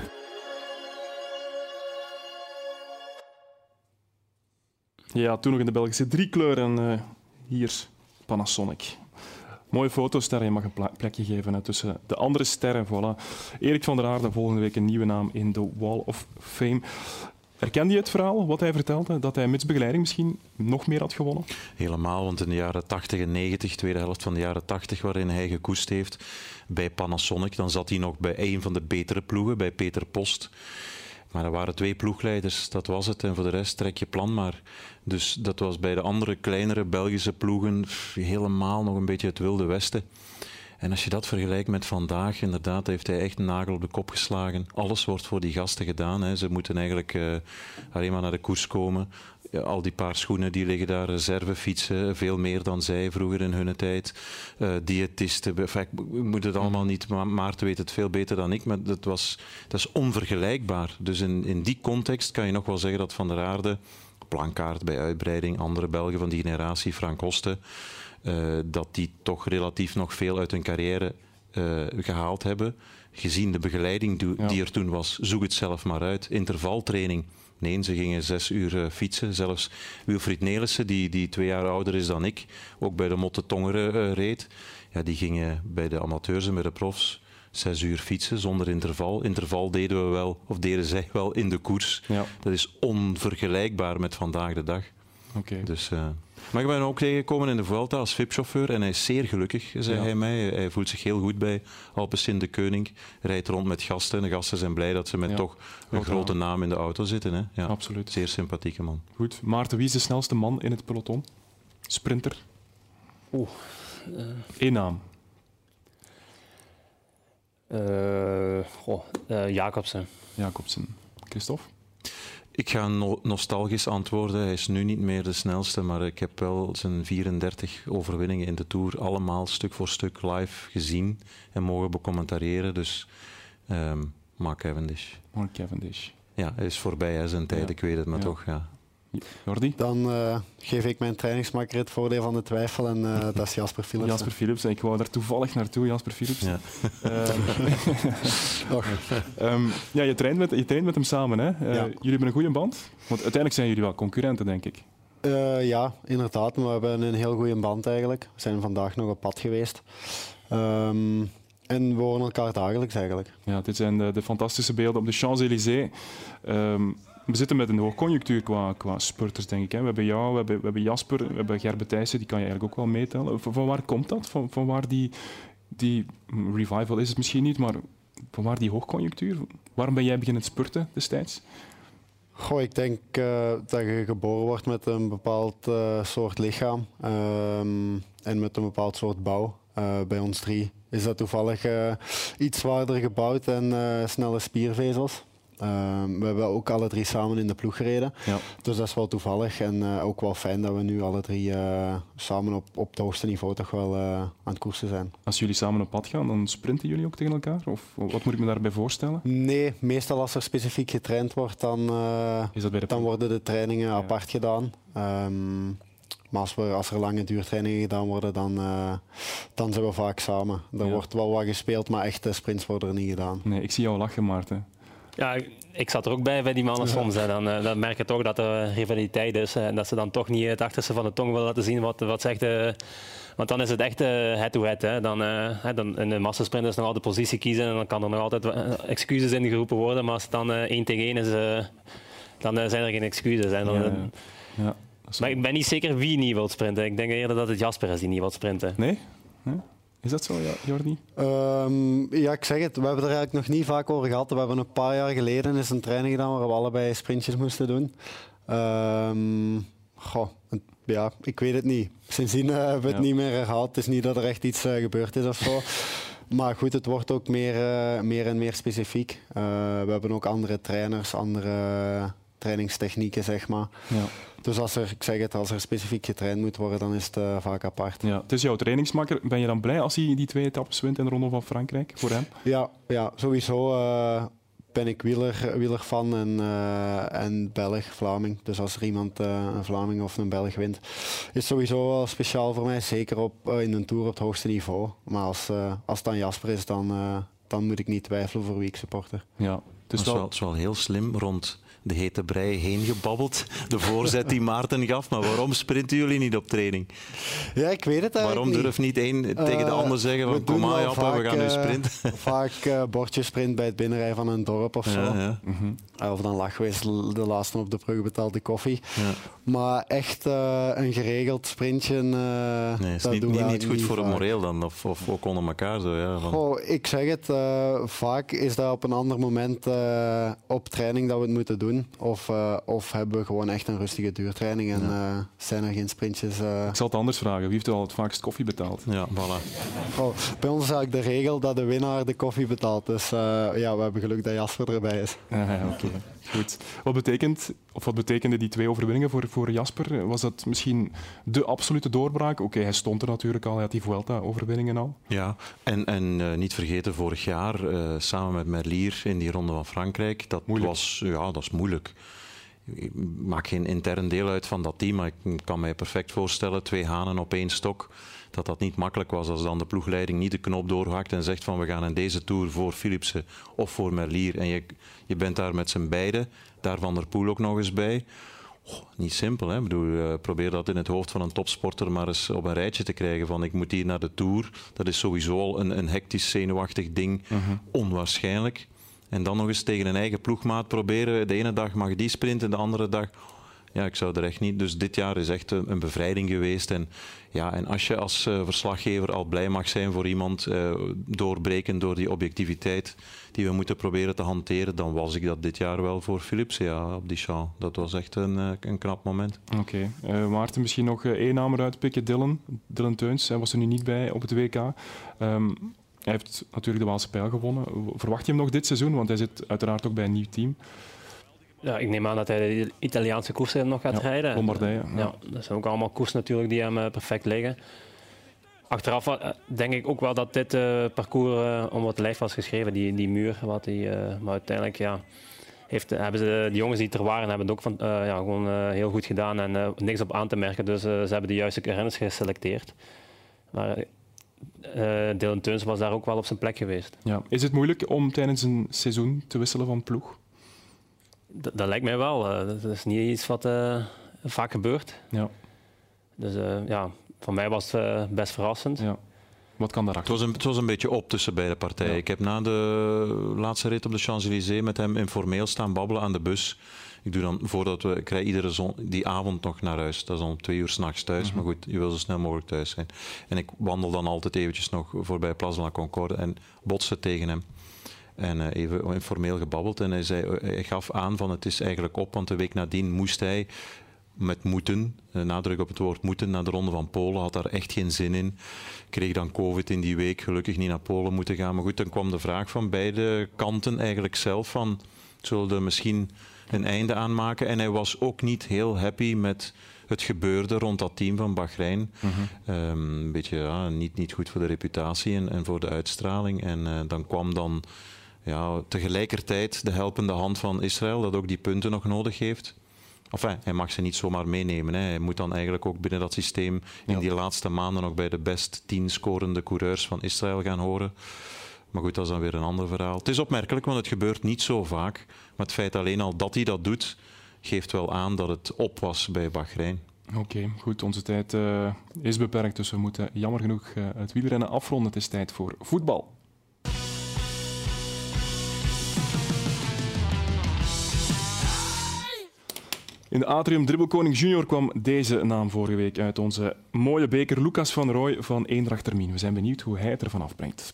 Ja, toen nog in de Belgische driekleur en uh, hier Panasonic. Mooie foto's daar, je mag een plekje geven hè, tussen de andere sterren. Voilà. Erik van der Aarde, volgende week een nieuwe naam in de Wall of Fame. Herkende je het verhaal, wat hij vertelde, dat hij met begeleiding misschien nog meer had gewonnen? Helemaal, want in de jaren tachtig en negentig, tweede helft van de jaren tachtig, waarin hij gekoerst heeft bij Panasonic, dan zat hij nog bij een van de betere ploegen, bij Peter Post. Maar er waren twee ploegleiders, dat was het. En voor de rest trek je plan maar. Dus dat was bij de andere kleinere Belgische ploegen pff, helemaal nog een beetje het Wilde Westen. En als je dat vergelijkt met vandaag, inderdaad, heeft hij echt een nagel op de kop geslagen. Alles wordt voor die gasten gedaan. Hè. Ze moeten eigenlijk uh, alleen maar naar de koers komen. Ja, al die paar schoenen die liggen daar, reservefietsen, veel meer dan zij vroeger in hun tijd. Uh, diëtisten, enfin, ik moet het allemaal niet, maar Maarten weet het veel beter dan ik, maar dat, was, dat is onvergelijkbaar. Dus in, in die context kan je nog wel zeggen dat Van der Aarde, Plankaart bij uitbreiding, andere Belgen van die generatie, Frank Oste, uh, dat die toch relatief nog veel uit hun carrière uh, gehaald hebben. Gezien de begeleiding die, ja. die er toen was, zoek het zelf maar uit. Intervaltraining. Nee, ze gingen zes uur uh, fietsen. Zelfs Wilfried Nelissen, die, die twee jaar ouder is dan ik, ook bij de Motte Tongeren uh, reed, ja, die gingen bij de amateurs en bij de profs zes uur fietsen zonder interval. Interval deden we wel, of deden zij wel in de koers. Ja. Dat is onvergelijkbaar met vandaag de dag. Okay. Dus, uh, maar ik ben ook tegengekomen in de Vuelta als V I P-chauffeur en hij is zeer gelukkig, zei ja. hij mij. Hij voelt zich heel goed bij Alpes in de Koning. Rijdt rond met gasten. De gasten zijn blij dat ze met ja. toch een Goed grote naam in de auto zitten. Hè? Ja, absoluut. Zeer sympathieke man. Goed. Maarten, wie is de snelste man in het peloton? Sprinter? Oeh. Uh... Eén naam. Uh, goh, uh, Jacobsen. Jacobsen. Christophe? Ik ga no- nostalgisch antwoorden. Hij is nu niet meer de snelste, maar ik heb wel zijn vierendertig overwinningen in de Tour allemaal stuk voor stuk live gezien en mogen becommentariëren. Dus um, Mark Cavendish. Mark Cavendish. Ja, hij is voorbij hè, zijn tijd, ja. ik weet het, maar ja. toch. Ja. Jordi? Dan uh, geef ik mijn trainingsmakker het voordeel van de twijfel en uh, dat is Jasper Philips. Jasper Philips, ik wou daar toevallig naartoe, Jasper Philips. Ja, um, um, ja je, traint met, je traint met hem samen, hè? Uh, ja. Jullie hebben een goede band? Want uiteindelijk zijn jullie wel concurrenten, denk ik. Uh, ja, inderdaad, maar we hebben een heel goede band eigenlijk. We zijn vandaag nog op pad geweest. Um, En we horen elkaar dagelijks eigenlijk. Ja, dit zijn de, de fantastische beelden op de Champs-Élysées. Um, we zitten met een hoogconjunctuur qua, qua spurters, denk ik. Hè. We hebben jou, we hebben, we hebben Jasper, we hebben Gerben Thijssen, die kan je eigenlijk ook wel meetellen. Van, van waar komt dat? Van, van waar die, die revival is het misschien niet, maar van waar die hoogconjunctuur? Waarom ben jij beginnen spurten destijds? Goh, ik denk uh, dat je geboren wordt met een bepaald uh, soort lichaam um, en met een bepaald soort bouw. Uh, bij ons drie is dat toevallig uh, iets zwaarder gebouwd en uh, snelle spiervezels. Uh, we hebben ook alle drie samen in de ploeg gereden. Ja. Dus dat is wel toevallig en uh, ook wel fijn dat we nu alle drie uh, samen op, op het hoogste niveau toch wel uh, aan het koersen zijn. Als jullie samen op pad gaan, dan sprinten jullie ook tegen elkaar? Of wat moet ik me daarbij voorstellen? Nee, meestal als er specifiek getraind wordt, dan, uh, Is dat bij de dan worden de trainingen ja. apart gedaan. Um, Maar als, we, als er lange duurtrainingen gedaan worden, dan, uh, dan zijn we vaak samen. Er ja. wordt wel wat gespeeld, maar echte sprints worden er niet gedaan. Nee, ik zie jou lachen, Maarten. Ja, ik, ik zat er ook bij bij die mannen soms. Hè. Dan, uh, dan merk je toch dat er rivaliteit is. En dat ze dan toch niet het achterste van de tong willen laten zien wat, wat zegt... Uh, want dan is het echt head-to-head. Uh, dan, uh, dan in de massasprint is nog altijd positie kiezen en dan kan er nog altijd uh, excuses in geroepen worden. Maar als het dan uh, één tegen één is, uh, dan uh, zijn er geen excuses. En dan, ja, ja. Ja. Maar ik ben niet zeker wie niet wil sprinten. Ik denk eerder dat het Jasper is die niet wil sprinten. Nee? nee? Is dat zo, ja, Jordi? Um, ja, ik zeg het. We hebben er eigenlijk nog niet vaak over gehad. We hebben een paar jaar geleden eens een training gedaan waar we allebei sprintjes moesten doen. Um, goh, ja, ik weet het niet. Sindsdien uh, hebben we het ja. niet meer herhaald. Het is niet dat er echt iets uh, gebeurd is of zo. Maar goed, het wordt ook meer, uh, meer en meer specifiek. Uh, we hebben ook andere trainers, andere trainingstechnieken, zeg maar. Ja. Dus als er, ik zeg het, als er specifiek getraind moet worden, dan is het uh, vaak apart. Ja, het is jouw trainingsmakker. Ben je dan blij als hij die twee etappes wint in de Ronde van Frankrijk voor hem? Ja, ja sowieso uh, ben ik wieler, wielerfan en, uh, en Belg, Vlaming. Dus als er iemand, uh, een Vlaming of een Belg wint, is het sowieso wel speciaal voor mij. Zeker op, uh, in een Tour op het hoogste niveau. Maar als, uh, als het dan Jasper is, dan, uh, dan moet ik niet twijfelen voor wie ik supporter. Ja, het is wel, het is wel heel slim rond de hete brei heen gebabbeld. De voorzet die Maarten gaf. Maar waarom sprinten jullie niet op training? Ja, ik weet het eigenlijk Waarom niet. durft niet één tegen de ander zeggen van kom maar Jappe, we gaan nu sprinten? Uh, vaak uh, bordjes sprint bij het binnenrijden van een dorp of zo. Ja, ja. Mm-hmm. Of dan lachen we de laatste op de brug betaalt de koffie. Ja. Maar echt uh, een geregeld sprintje, uh, nee, is dat niet, doen we niet, niet goed niet voor vaak. het moreel dan? Of, of ook onder elkaar zo? Ja, van... Goh, ik zeg het, uh, vaak is dat op een ander moment uh, op training dat we het moeten doen. Of, uh, of hebben we gewoon echt een rustige duurtraining en ja. uh, zijn er geen sprintjes. Uh... Ik zal het anders vragen. Wie heeft er al het vaakst koffie betaald? Ja, voilà. Goh, bij ons is eigenlijk de regel dat de winnaar de koffie betaalt. Dus uh, ja, we hebben geluk dat Jasper erbij is. Ja, ja, oké. Okay. Goed. Wat betekent, of wat betekenden die twee overwinningen voor, voor Jasper? Was dat misschien de absolute doorbraak? Oké, okay, hij stond er natuurlijk al, hij had die Vuelta-overwinningen al. Ja, en, en uh, niet vergeten vorig jaar, uh, samen met Merlier in die Ronde van Frankrijk. Dat moeilijk. was, ja, dat is moeilijk. Ik maak geen intern deel uit van dat team, maar ik kan mij perfect voorstellen, twee hanen op één stok, dat dat niet makkelijk was als dan de ploegleiding niet de knop doorhakt en zegt van we gaan in deze Tour voor Philipsen of voor Merlier. En je, je bent daar met z'n beiden, daar Van der Poel ook nog eens bij. Oh, niet simpel, hè? Ik bedoel, uh, probeer dat in het hoofd van een topsporter maar eens op een rijtje te krijgen van ik moet hier naar de Tour. Dat is sowieso al een, een hectisch, zenuwachtig ding, uh-huh. onwaarschijnlijk. En dan nog eens tegen een eigen ploegmaat proberen. De ene dag mag die sprinten, de andere dag... Ja, ik zou er echt niet. Dus dit jaar is echt een, een bevrijding geweest. En, ja, en als je als uh, verslaggever al blij mag zijn voor iemand, uh, doorbreken door die objectiviteit die we moeten proberen te hanteren, dan was ik dat dit jaar wel voor Philips, ja, op die show. Dat was echt een, uh, een knap moment. Oké. Okay. Uh, Maarten, misschien nog uh, één naam eruit pikken. Dylan. Dylan Teuns. Hij was er nu niet bij op het W K. Um, hij heeft natuurlijk de Waalse Pijl gewonnen. Verwacht je hem nog dit seizoen? Want hij zit uiteraard ook bij een nieuw team. Ja, ik neem aan dat hij de Italiaanse koersen nog gaat ja, rijden. Lombardije. Ja. Ja, dat zijn ook allemaal koersen natuurlijk die hem uh, perfect liggen. Achteraf uh, denk ik ook wel dat dit uh, parcours uh, om het lijf was geschreven, die, die muur. Wat die, uh, maar uiteindelijk ja, heeft, hebben ze, die jongens die er waren, hebben het ook van, uh, ja, gewoon uh, heel goed gedaan en uh, niks op aan te merken. Dus uh, ze hebben de juiste renners geselecteerd. Maar uh, Dylan Teuns was daar ook wel op zijn plek geweest. Ja. Is het moeilijk om tijdens een seizoen te wisselen van ploeg? Dat, dat lijkt mij wel. Uh, dat is niet iets wat uh, vaak gebeurt. Ja. Dus uh, ja, voor mij was het uh, best verrassend. Ja. Wat kan daarachter? Het was, een, het was een beetje op tussen beide partijen. Ja. Ik heb na de laatste rit op de Champs-Élysées met hem informeel staan babbelen aan de bus. Ik doe dan, voordat we, ik rij iedere zon, die avond nog naar huis. Dat is om twee uur 's nachts thuis. Mm-hmm. Maar goed, je wil zo snel mogelijk thuis zijn. En ik wandel dan altijd eventjes nog voorbij Place de la Concorde en botste tegen hem. En uh, even informeel gebabbeld. En hij, zei, hij gaf aan van het is eigenlijk op, want de week nadien moest hij met moeten, uh, nadruk op het woord moeten, naar de Ronde van Polen. Had daar echt geen zin in. Kreeg dan COVID in die week, gelukkig niet naar Polen moeten gaan. Maar goed, dan kwam de vraag van beide kanten eigenlijk zelf van zullen er misschien een einde aan maken. En hij was ook niet heel happy met het gebeurde rond dat team van Bahrein. Mm-hmm. um, een beetje ja, niet, niet goed voor de reputatie en, en voor de uitstraling. En uh, dan kwam dan ja, tegelijkertijd de helpende hand van Israël, dat ook die punten nog nodig heeft. Enfin, hij mag ze niet zomaar meenemen. Hè. Hij moet dan eigenlijk ook binnen dat systeem in die laatste maanden nog bij de best tien scorende coureurs van Israël gaan horen. Maar goed, dat is dan weer een ander verhaal. Het is opmerkelijk, want het gebeurt niet zo vaak. Maar het feit alleen al dat hij dat doet, geeft wel aan dat het op was bij Bahrein. Oké, okay, goed. Onze tijd uh, is beperkt, dus we moeten jammer genoeg uh, het wielrennen afronden. Het is tijd voor voetbal. In de Atrium Dribbelkoning Junior kwam deze naam vorige week uit. Onze mooie beker Lucas van Rooij van Eendracht Termien. We zijn benieuwd hoe hij het ervan afbrengt.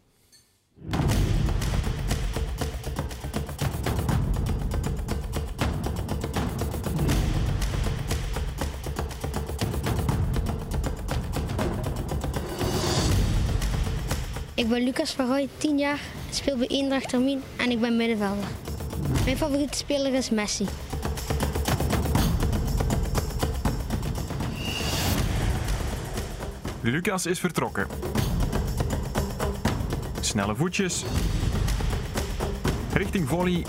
Ik ben Lucas van Rooij, tien jaar, speel bij Eendracht Termien en ik ben middenvelder. Mijn favoriete speler is Messi. Lucas is vertrokken. Snelle voetjes. Richting volley.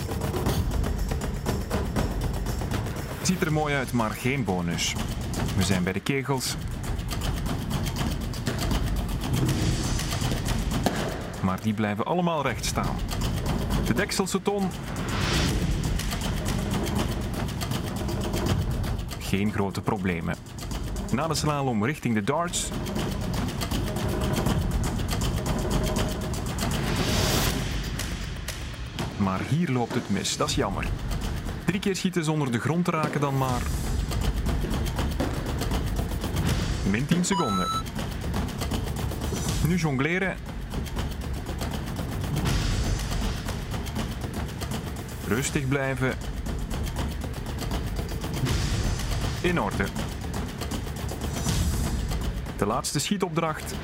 Ziet er mooi uit, maar geen bonus. We zijn bij de kegels. Maar die blijven allemaal recht staan. De Dekselse ton. Geen grote problemen. Na de slalom richting de darts. Maar hier loopt het mis, dat is jammer. Drie keer schieten zonder de grond te raken dan maar. Min tien seconden. Nu jongleren. Rustig blijven. In orde. De laatste schietopdracht.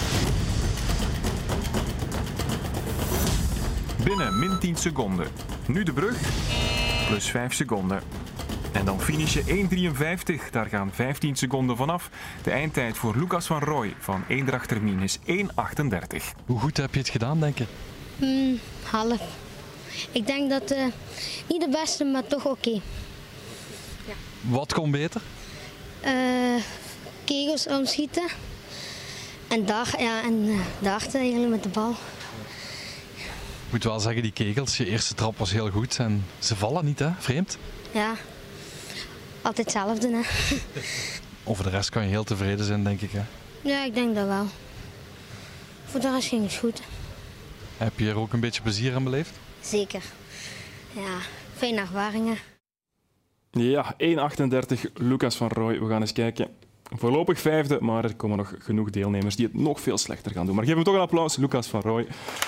Binnen min tien seconden. Nu de brug. Plus vijf seconden. En dan finishen één drieënvijftig. Daar gaan vijftien seconden vanaf. De eindtijd voor Lucas van Rooij van Eendracht Termien is één achtendertig. Hoe goed heb je het gedaan, denk je? Hmm, half. Ik denk dat uh, niet de beste, maar toch oké. Okay. Ja. Wat kon beter? Uh, kegels omschieten. En daar, ja, en uh, darten eigenlijk met de bal. Ik moet wel zeggen, die kegels, je eerste trap was heel goed en ze vallen niet, hè? Vreemd. Ja, altijd hetzelfde, hè. Over de rest kan je heel tevreden zijn, denk ik, hè? Ja, ik denk dat wel. Voor de rest ging het goed. Heb je er ook een beetje plezier aan beleefd? Zeker. Ja, fijne ervaringen. Ja, één achtendertig, Lucas van Rooij. We gaan eens kijken. Voorlopig vijfde, maar er komen nog genoeg deelnemers die het nog veel slechter gaan doen. Maar geef hem toch een applaus, Lucas van Rooij.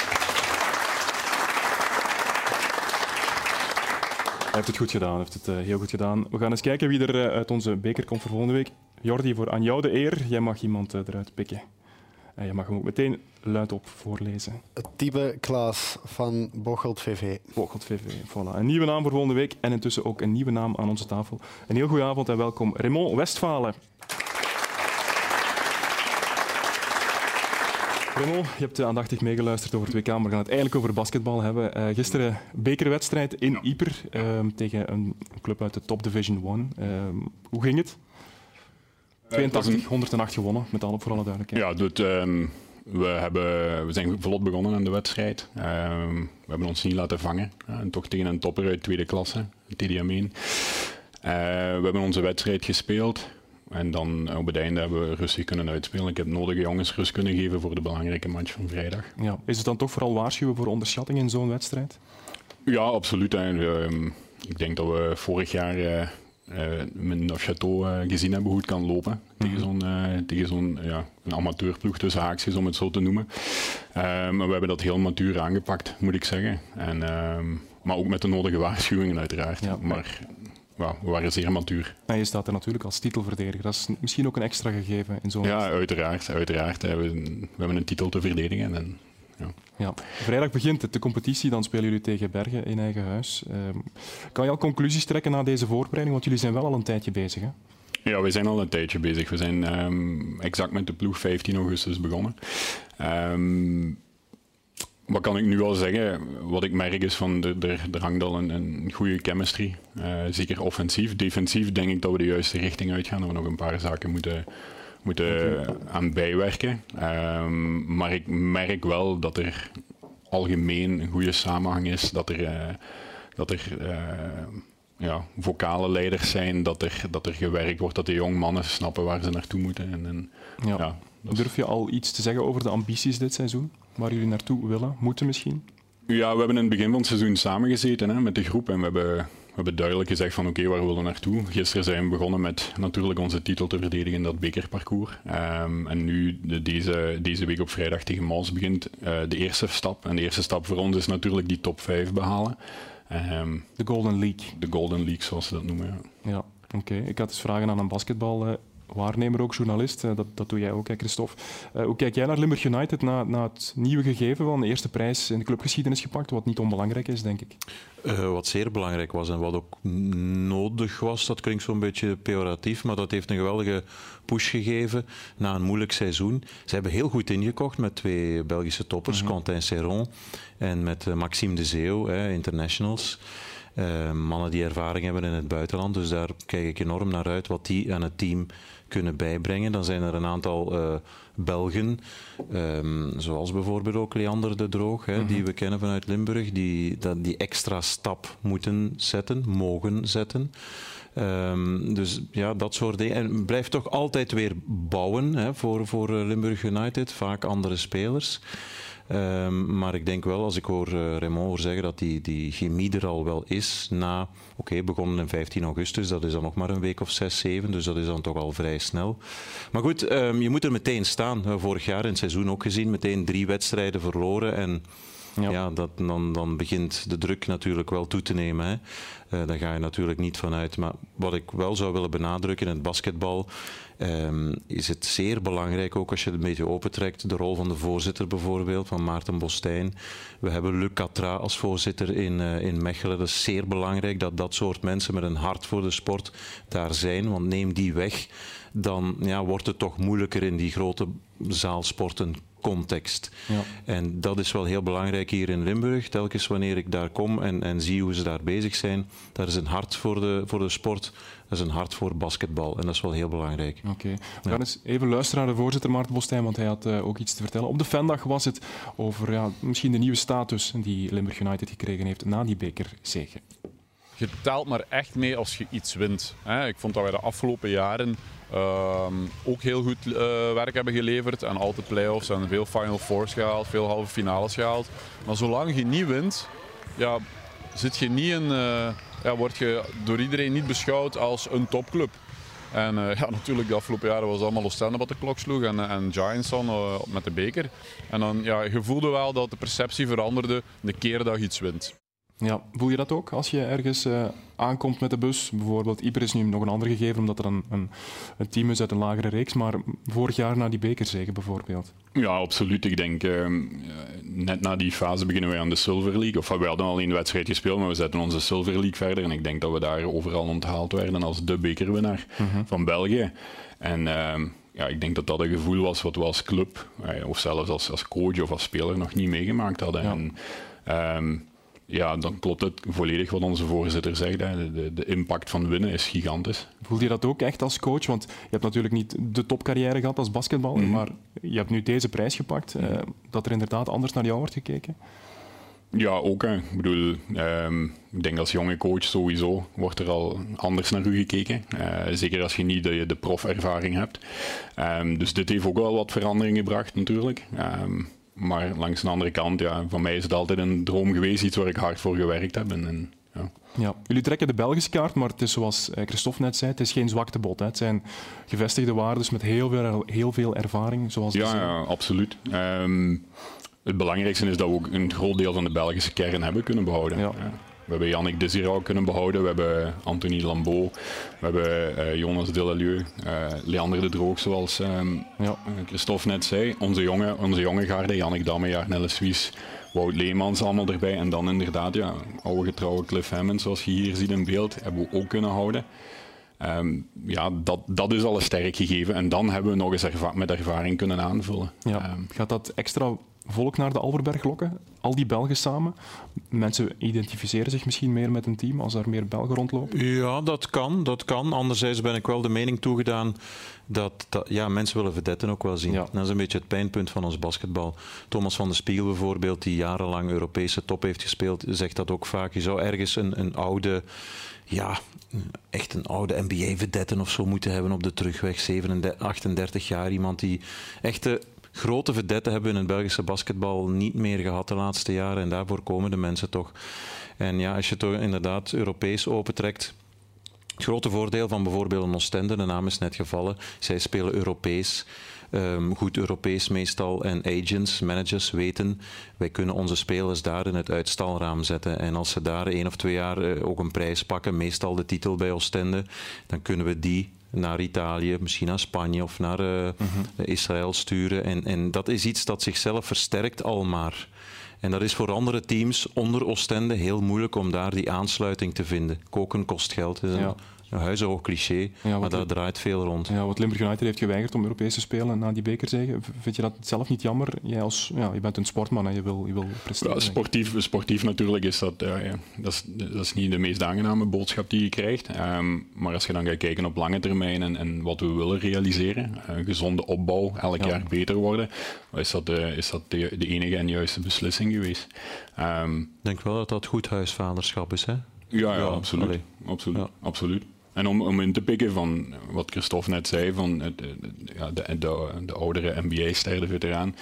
Hij heeft het goed gedaan, heeft het uh, heel goed gedaan. We gaan eens kijken wie er uh, uit onze beker komt voor volgende week. Jordi, voor aan jou de eer. Jij mag iemand uh, eruit pikken. En je mag hem ook meteen luidop voorlezen. Type Klaas van Bocholt V V. Bocholt V V, voilà. Een nieuwe naam voor volgende week en intussen ook een nieuwe naam aan onze tafel. Een heel goede avond en welkom, Raymond Westphalen. Raymond, je hebt aandachtig meegeluisterd over het W K, maar we gaan het eigenlijk over basketbal hebben. Uh, gisteren bekerwedstrijd in Yper uh, tegen een club uit de Top Division one. Uh, hoe ging het? tweeëntachtig honderdacht gewonnen, met alle, voor alle duidelijkheid. Ja, dit, um, we, hebben, we zijn vlot begonnen aan de wedstrijd. Um, we hebben ons niet laten vangen. Uh, en toch tegen een topper uit tweede klasse, T D M één. Uh, we hebben onze wedstrijd gespeeld. En dan op het einde hebben we rustig kunnen uitspelen. Ik heb nodige jongens rust kunnen geven voor de belangrijke match van vrijdag. Ja. Is het dan toch vooral waarschuwen voor onderschatting in zo'n wedstrijd? Ja, absoluut. En, uh, ik denk dat we vorig jaar uh, uh, met Neufchâteau uh, gezien hebben hoe het kan lopen. Mm-hmm. Tegen zo'n, uh, tegen zo'n ja, een amateurploeg tussen haakjes, om het zo te noemen. Uh, maar we hebben dat heel matuur aangepakt, moet ik zeggen. En, uh, maar ook met de nodige waarschuwingen uiteraard. Ja. Maar, ja, we waren zeer matuur. En je staat er natuurlijk als titelverdediger. Dat is misschien ook een extra gegeven in zo'n... Ja, uiteraard. uiteraard. We, we hebben een titel te verdedigen. En, ja. Ja. Vrijdag begint het, de competitie, dan spelen jullie tegen Bergen in eigen huis. Uh, kan je al conclusies trekken na deze voorbereiding? Want jullie zijn wel al een tijdje bezig, hè? Ja, we zijn al een tijdje bezig. We zijn um, exact met de ploeg vijftien augustus begonnen. Um, wat kan ik nu al zeggen? Wat ik merk is van er, er, er hangt al een, een goede chemistry. Uh, zeker offensief. Defensief denk ik dat we de juiste richting uitgaan. Dat we nog een paar zaken moeten, moeten okay. aan bijwerken. Um, maar ik merk wel dat er algemeen een goede samenhang is. Dat er... Uh, dat er uh, ja, vocale leiders zijn, dat er, dat er gewerkt wordt, dat de jonge mannen snappen waar ze naartoe moeten. En, en, ja. Ja, durf je al iets te zeggen over de ambities dit seizoen? Waar jullie naartoe willen, moeten misschien? Ja, we hebben in het begin van het seizoen samengezeten hè, met de groep en we hebben, we hebben duidelijk gezegd van oké, okay, waar willen we naartoe? Gisteren zijn we begonnen met natuurlijk onze titel te verdedigen in dat bekerparcours. Um, en nu de, deze, deze week op vrijdag tegen Mals begint uh, de eerste stap. En de eerste stap voor ons is natuurlijk die top vijf behalen. Um, de Golden League. De Golden League, zoals ze dat noemen, ja. Ja, oké. Okay. Ik had eens vragen aan een basketbalwaarnemer, uh, ook journalist. Uh, dat, dat doe jij ook, hè, Christophe. Uh, hoe kijk jij naar Limburg United na, na het nieuwe gegeven van de eerste prijs in de clubgeschiedenis gepakt, wat niet onbelangrijk is, denk ik? Uh, wat zeer belangrijk was en wat ook nodig was, dat klinkt zo'n beetje pejoratief, maar dat heeft een geweldige push gegeven na een moeilijk seizoen. Ze hebben heel goed ingekocht met twee Belgische toppers, mm-hmm. Quentin Serron en met uh, Maxime de Zeeuw, eh, internationals. Uh, mannen die ervaring hebben in het buitenland, dus daar kijk ik enorm naar uit wat die aan het team kunnen bijbrengen. Dan zijn er een aantal uh, Belgen, um, zoals bijvoorbeeld ook Leander de Droog, hè, mm-hmm. die we kennen vanuit Limburg, die dat die extra stap moeten zetten, mogen zetten. Um, dus ja, dat soort dingen. En blijft toch altijd weer bouwen hè, voor, voor Limburg United, vaak andere spelers. Um, maar ik denk wel, als ik hoor uh, Raymond hoor zeggen dat die, die chemie er al wel is na, oké, okay, begonnen in vijftien augustus, dat is dan nog maar een week of zes, zeven, dus dat is dan toch al vrij snel. Maar goed, um, je moet er meteen staan. Vorig jaar in het seizoen ook gezien, meteen drie wedstrijden verloren en ja, ja dat, dan, dan begint de druk natuurlijk wel toe te nemen. Hè. Uh, daar ga je natuurlijk niet vanuit. Maar wat ik wel zou willen benadrukken in het basketbal, um, is het zeer belangrijk, ook als je het een beetje opentrekt, de rol van de voorzitter bijvoorbeeld, van Maarten Bostijn. We hebben Luc Catra als voorzitter in, uh, in Mechelen. Dat is zeer belangrijk dat dat soort mensen met een hart voor de sport daar zijn. Want neem die weg, dan ja, wordt het toch moeilijker in die grote zaalsporten context. Ja. En dat is wel heel belangrijk hier in Limburg. Telkens wanneer ik daar kom en, en zie hoe ze daar bezig zijn, daar is een hart voor de, voor de sport, dat is een hart voor basketbal. En dat is wel heel belangrijk. Oké. Okay. We ja. gaan eens even luisteren naar de voorzitter Maarten Bostijn, want hij had uh, ook iets te vertellen. Op de Vendag was het over ja, misschien de nieuwe status die Limburg United gekregen heeft na die bekerzege. Je telt maar echt mee als je iets wint. Ik vond dat wij de afgelopen jaren uh, ook heel goed uh, werk hebben geleverd. En altijd play-offs en veel Final Fours gehaald, veel halve finales gehaald. Maar zolang je niet wint, ja, zit je niet in, uh, ja, word je door iedereen niet beschouwd als een topclub. En uh, ja, natuurlijk, de afgelopen jaren was het allemaal Oostende wat de klok sloeg en, en Giants dan uh, met de beker. En dan, ja, je voelde wel dat de perceptie veranderde de keer dat je iets wint. Ja, voel je dat ook als je ergens uh, aankomt met de bus? Bijvoorbeeld, Ieper is nu nog een ander gegeven omdat er een, een, een team is uit een lagere reeks, maar vorig jaar na die bekerzege bijvoorbeeld. Ja, absoluut. Ik denk, uh, net na die fase beginnen wij aan de Silver League. Of we hadden al één wedstrijd gespeeld, maar we zetten onze Silver League verder. En ik denk dat we daar overal onthaald werden als de bekerwinnaar uh-huh. van België. En uh, ja, ik denk dat dat een gevoel was wat we als club, uh, of zelfs als, als coach of als speler, nog niet meegemaakt hadden. Ja. En, um, Ja, dan klopt het volledig wat onze voorzitter zegt. Hè. De, de impact van winnen is gigantisch. Voel je dat ook echt als coach? Want je hebt natuurlijk niet de topcarrière gehad als basketballer, mm-hmm. maar je hebt nu deze prijs gepakt. Mm-hmm. Uh, dat er inderdaad anders naar jou wordt gekeken? Ja, ook. Hè. Ik bedoel, um, ik denk als jonge coach sowieso wordt er al anders naar u gekeken. Uh, zeker als je niet de, de profervaring hebt. Um, dus dit heeft ook wel wat verandering gebracht natuurlijk. Um, Maar langs de andere kant, ja, voor mij is het altijd een droom geweest, iets waar ik hard voor gewerkt heb. En, en, ja. Ja, jullie trekken de Belgische kaart, maar het is zoals Christophe net zei, het is geen zwaktebod. Hè. Het zijn gevestigde waardes met heel veel, heel veel ervaring. Zoals ja, ja, absoluut. Um, het belangrijkste is dat we ook een groot deel van de Belgische kern hebben kunnen behouden. Ja. Ja. we hebben Yannick Desirau kunnen behouden, we hebben Anthony Lambeau, we hebben uh, Jonas Delalieu, uh, Leander de Droog, zoals um, ja. Christophe net zei. Onze jonge, onze jonge garde, Yannick Dammejaar, Nelle Suisse, Wout Leemans allemaal erbij. En dan inderdaad, ja, oude getrouwe Cliff Hammond, zoals je hier ziet in beeld, hebben we ook kunnen houden. Um, ja, dat, dat is al een sterk gegeven. En dan hebben we nog eens erva- met ervaring kunnen aanvullen. Ja. Um, Gaat dat extra volk naar de Alverberg lokken? Al die Belgen samen? Mensen identificeren zich misschien meer met een team als er meer Belgen rondlopen? Ja, dat kan. Dat kan. Anderzijds ben ik wel de mening toegedaan dat, dat ja, mensen willen vedetten ook wel zien. Ja. Dat is een beetje het pijnpunt van ons basketbal. Thomas van de Spiegel bijvoorbeeld, die jarenlang Europese top heeft gespeeld, zegt dat ook vaak. Je zou ergens een, een oude... Ja, echt een oude N B A-vedetten of zo moeten hebben op de terugweg. zevenendertig, achtendertig jaar. Iemand die echte grote vedetten hebben in het Belgische basketbal niet meer gehad de laatste jaren. En daarvoor komen de mensen toch. En ja, als je het inderdaad Europees opentrekt. Het grote voordeel van bijvoorbeeld een Oostende, de naam is net gevallen. Zij spelen Europees. Um, goed Europees meestal. En agents, managers weten, wij kunnen onze spelers daar in het uitstalraam zetten. En als ze daar één of twee jaar uh, ook een prijs pakken, meestal de titel bij Oostende, dan kunnen we die naar Italië, misschien naar Spanje of naar uh, mm-hmm. Israël sturen. En, en dat is iets dat zichzelf versterkt al maar. En dat is voor andere teams onder Oostende heel moeilijk om daar die aansluiting te vinden. Koken kost geld. Het is een, ja. een huizenhoog cliché, ja, maar daar draait veel rond. Ja, wat Limburg United heeft geweigerd om Europees te spelen na die bekerzege. Vind je dat zelf niet jammer? Jij als, ja, je bent een sportman en je wil, je wil presteren. Ja, sportief, sportief natuurlijk is dat, uh, ja, dat, is, dat is niet de meest aangename boodschap die je krijgt. Um, maar als je dan gaat kijken op lange termijn en, en wat we willen realiseren, uh, gezonde opbouw, elk ja. jaar beter worden, is dat, uh, is dat de, de enige en juiste beslissing geweest. Um, Ik denk wel dat dat goed huisvaderschap is, hè? Ja, ja, ja absoluut. absoluut, ja. absoluut. En om, om in te pikken van wat Christophe net zei, van de, de, ja, de, de, de oudere N B A-ster, de veteraan.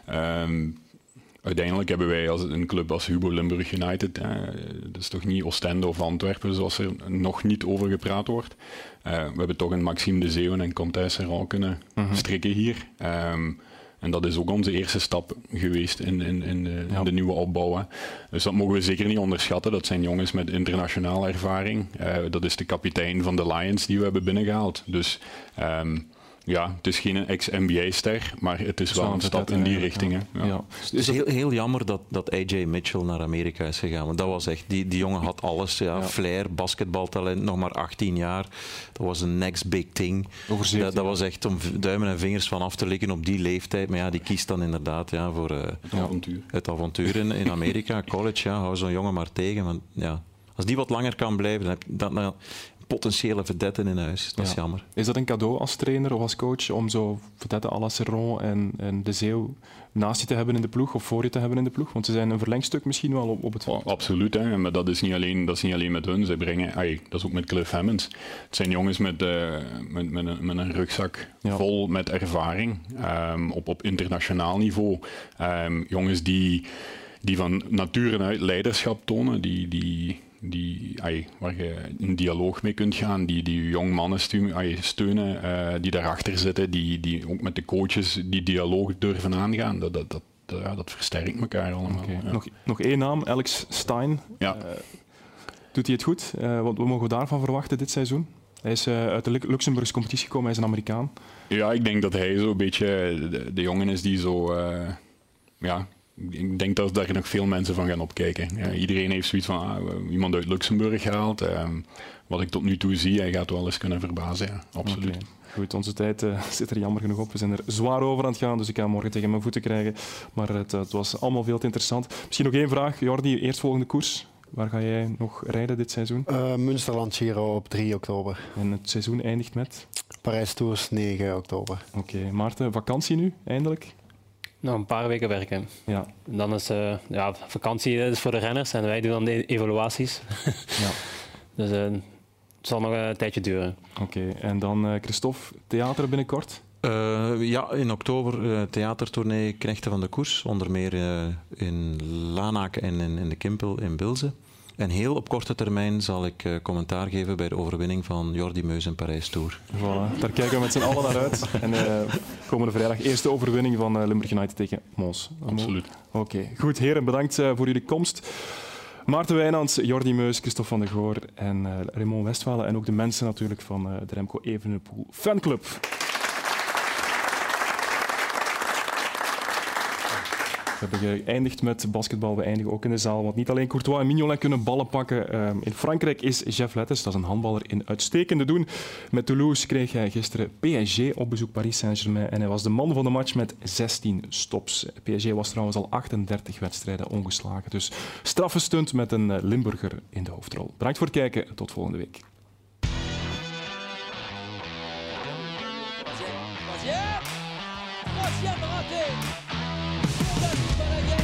Um, uiteindelijk hebben wij als een club als Hubo Limburg United, uh, dat is toch niet Oostende of Antwerpen, zoals er nog niet over gepraat wordt. Uh, we hebben toch een Maxime de Zeeuwen en Comtesse Serran kunnen uh-huh. strikken hier. Um, En dat is ook onze eerste stap geweest in, in, in, de, ja. in de nieuwe opbouw. Hè. Dus dat mogen we zeker niet onderschatten. Dat zijn jongens met internationale ervaring. Uh, dat is de kapitein van de Lions die we hebben binnengehaald. Dus um, ja, het is geen ex-N B A-ster, maar het is wel een stap in die richting. Ja. Ja. Ja. Het is heel, heel jammer dat, dat A J Mitchell naar Amerika is gegaan. Want dat was echt, die, die jongen had alles. Ja. Ja. Flair, basketbaltalent, nog maar achttien jaar. Dat was een next big thing. Dat, dat was echt om duimen en vingers van af te likken op die leeftijd. Maar ja, die kiest dan inderdaad ja, voor uh, het avontuur, het avontuur in, in Amerika. College, ja, hou zo'n jongen maar tegen. Want, ja, als die wat langer kan blijven, dan heb je dat, nou, potentiële vedetten in huis. Dat is ja. jammer. Is dat een cadeau als trainer of als coach om zo vedetten à la Serran en, en de Zeeuw naast je te hebben in de ploeg of voor je te hebben in de ploeg? Want ze zijn een verlengstuk misschien wel op, op het veld. Oh, absoluut, hè. Maar dat is, niet alleen, dat is niet alleen met hun. Ze brengen, ay, dat is ook met Cliff Hammond. Het zijn jongens met, uh, met, met, een, met een rugzak ja. vol met ervaring um, op, op internationaal niveau. Um, jongens die, die van nature uit leiderschap tonen, die... die Die, ay, waar je in dialoog mee kunt gaan, die, die jong mannen stu- ay, steunen, uh, die daarachter zitten, die, die ook met de coaches die dialoog durven aangaan. Dat, dat, dat, dat, ja, dat versterkt elkaar allemaal. Okay. Ja. Nog, nog één naam, Alex Stein. Ja. Uh, doet hij het goed? Uh, wat we mogen we daarvan verwachten dit seizoen? Hij is uh, uit de Luxemburgse competitie gekomen, hij is een Amerikaan. Ja, ik denk dat hij zo'n beetje de, de jongen is die zo... Uh, ja, ik denk dat daar nog veel mensen van gaan opkijken. Ja, iedereen heeft zoiets van ah, iemand uit Luxemburg gehaald. Uh, wat ik tot nu toe zie, hij gaat wel eens kunnen verbazen. Ja, absoluut. Okay. Goed, onze tijd uh, zit er jammer genoeg op. We zijn er zwaar over aan het gaan, dus ik ga morgen tegen mijn voeten krijgen. Maar het, het was allemaal veel te interessant. Misschien nog één vraag. Jordi, eerstvolgende koers. Waar ga jij nog rijden dit seizoen? Uh, Münsterland Giro op drie oktober. En het seizoen eindigt met? Parijs Tours negen oktober. Oké, okay. Maarten, vakantie nu, eindelijk? Nou, een paar weken werken. Ja. En dan is uh, ja, vakantie is voor de renners en wij doen dan de evaluaties. Ja. Dus uh, het zal nog een tijdje duren. Oké, okay. En dan uh, Christophe, theater binnenkort? Uh, ja, in oktober uh, theatertournee Knechten van de Koers. Onder meer uh, in Lanaken en in, in de Kimpel in Bilze. En heel op korte termijn zal ik uh, commentaar geven bij de overwinning van Jordi Meus in Parijs Tour. Voilà, daar kijken we met z'n allen naar uit. En uh, komende vrijdag eerste overwinning van uh, Limburg United tegen Mons. Absoluut. Oké, okay. Goed heren, bedankt uh, voor jullie komst. Maarten Wijnands, Jordi Meus, Christophe van der Goor en uh, Raymond Westphalen. En ook de mensen natuurlijk van uh, de Remco Evenepoel fanclub. We hebben geëindigd met basketbal, we eindigen ook in de zaal. Want niet alleen Courtois en Mignolet kunnen ballen pakken. Um, in Frankrijk is Jeff Letters, dat is een handballer, in uitstekende doen. Met Toulouse kreeg hij gisteren P S G op bezoek, Paris Saint-Germain. En hij was de man van de match met zestien stops. P S G was trouwens al achtendertig wedstrijden ongeslagen. Dus straffe stunt met een Limburger in de hoofdrol. Bedankt voor het kijken, tot volgende week. Troisième, troisième raté. Balaguer.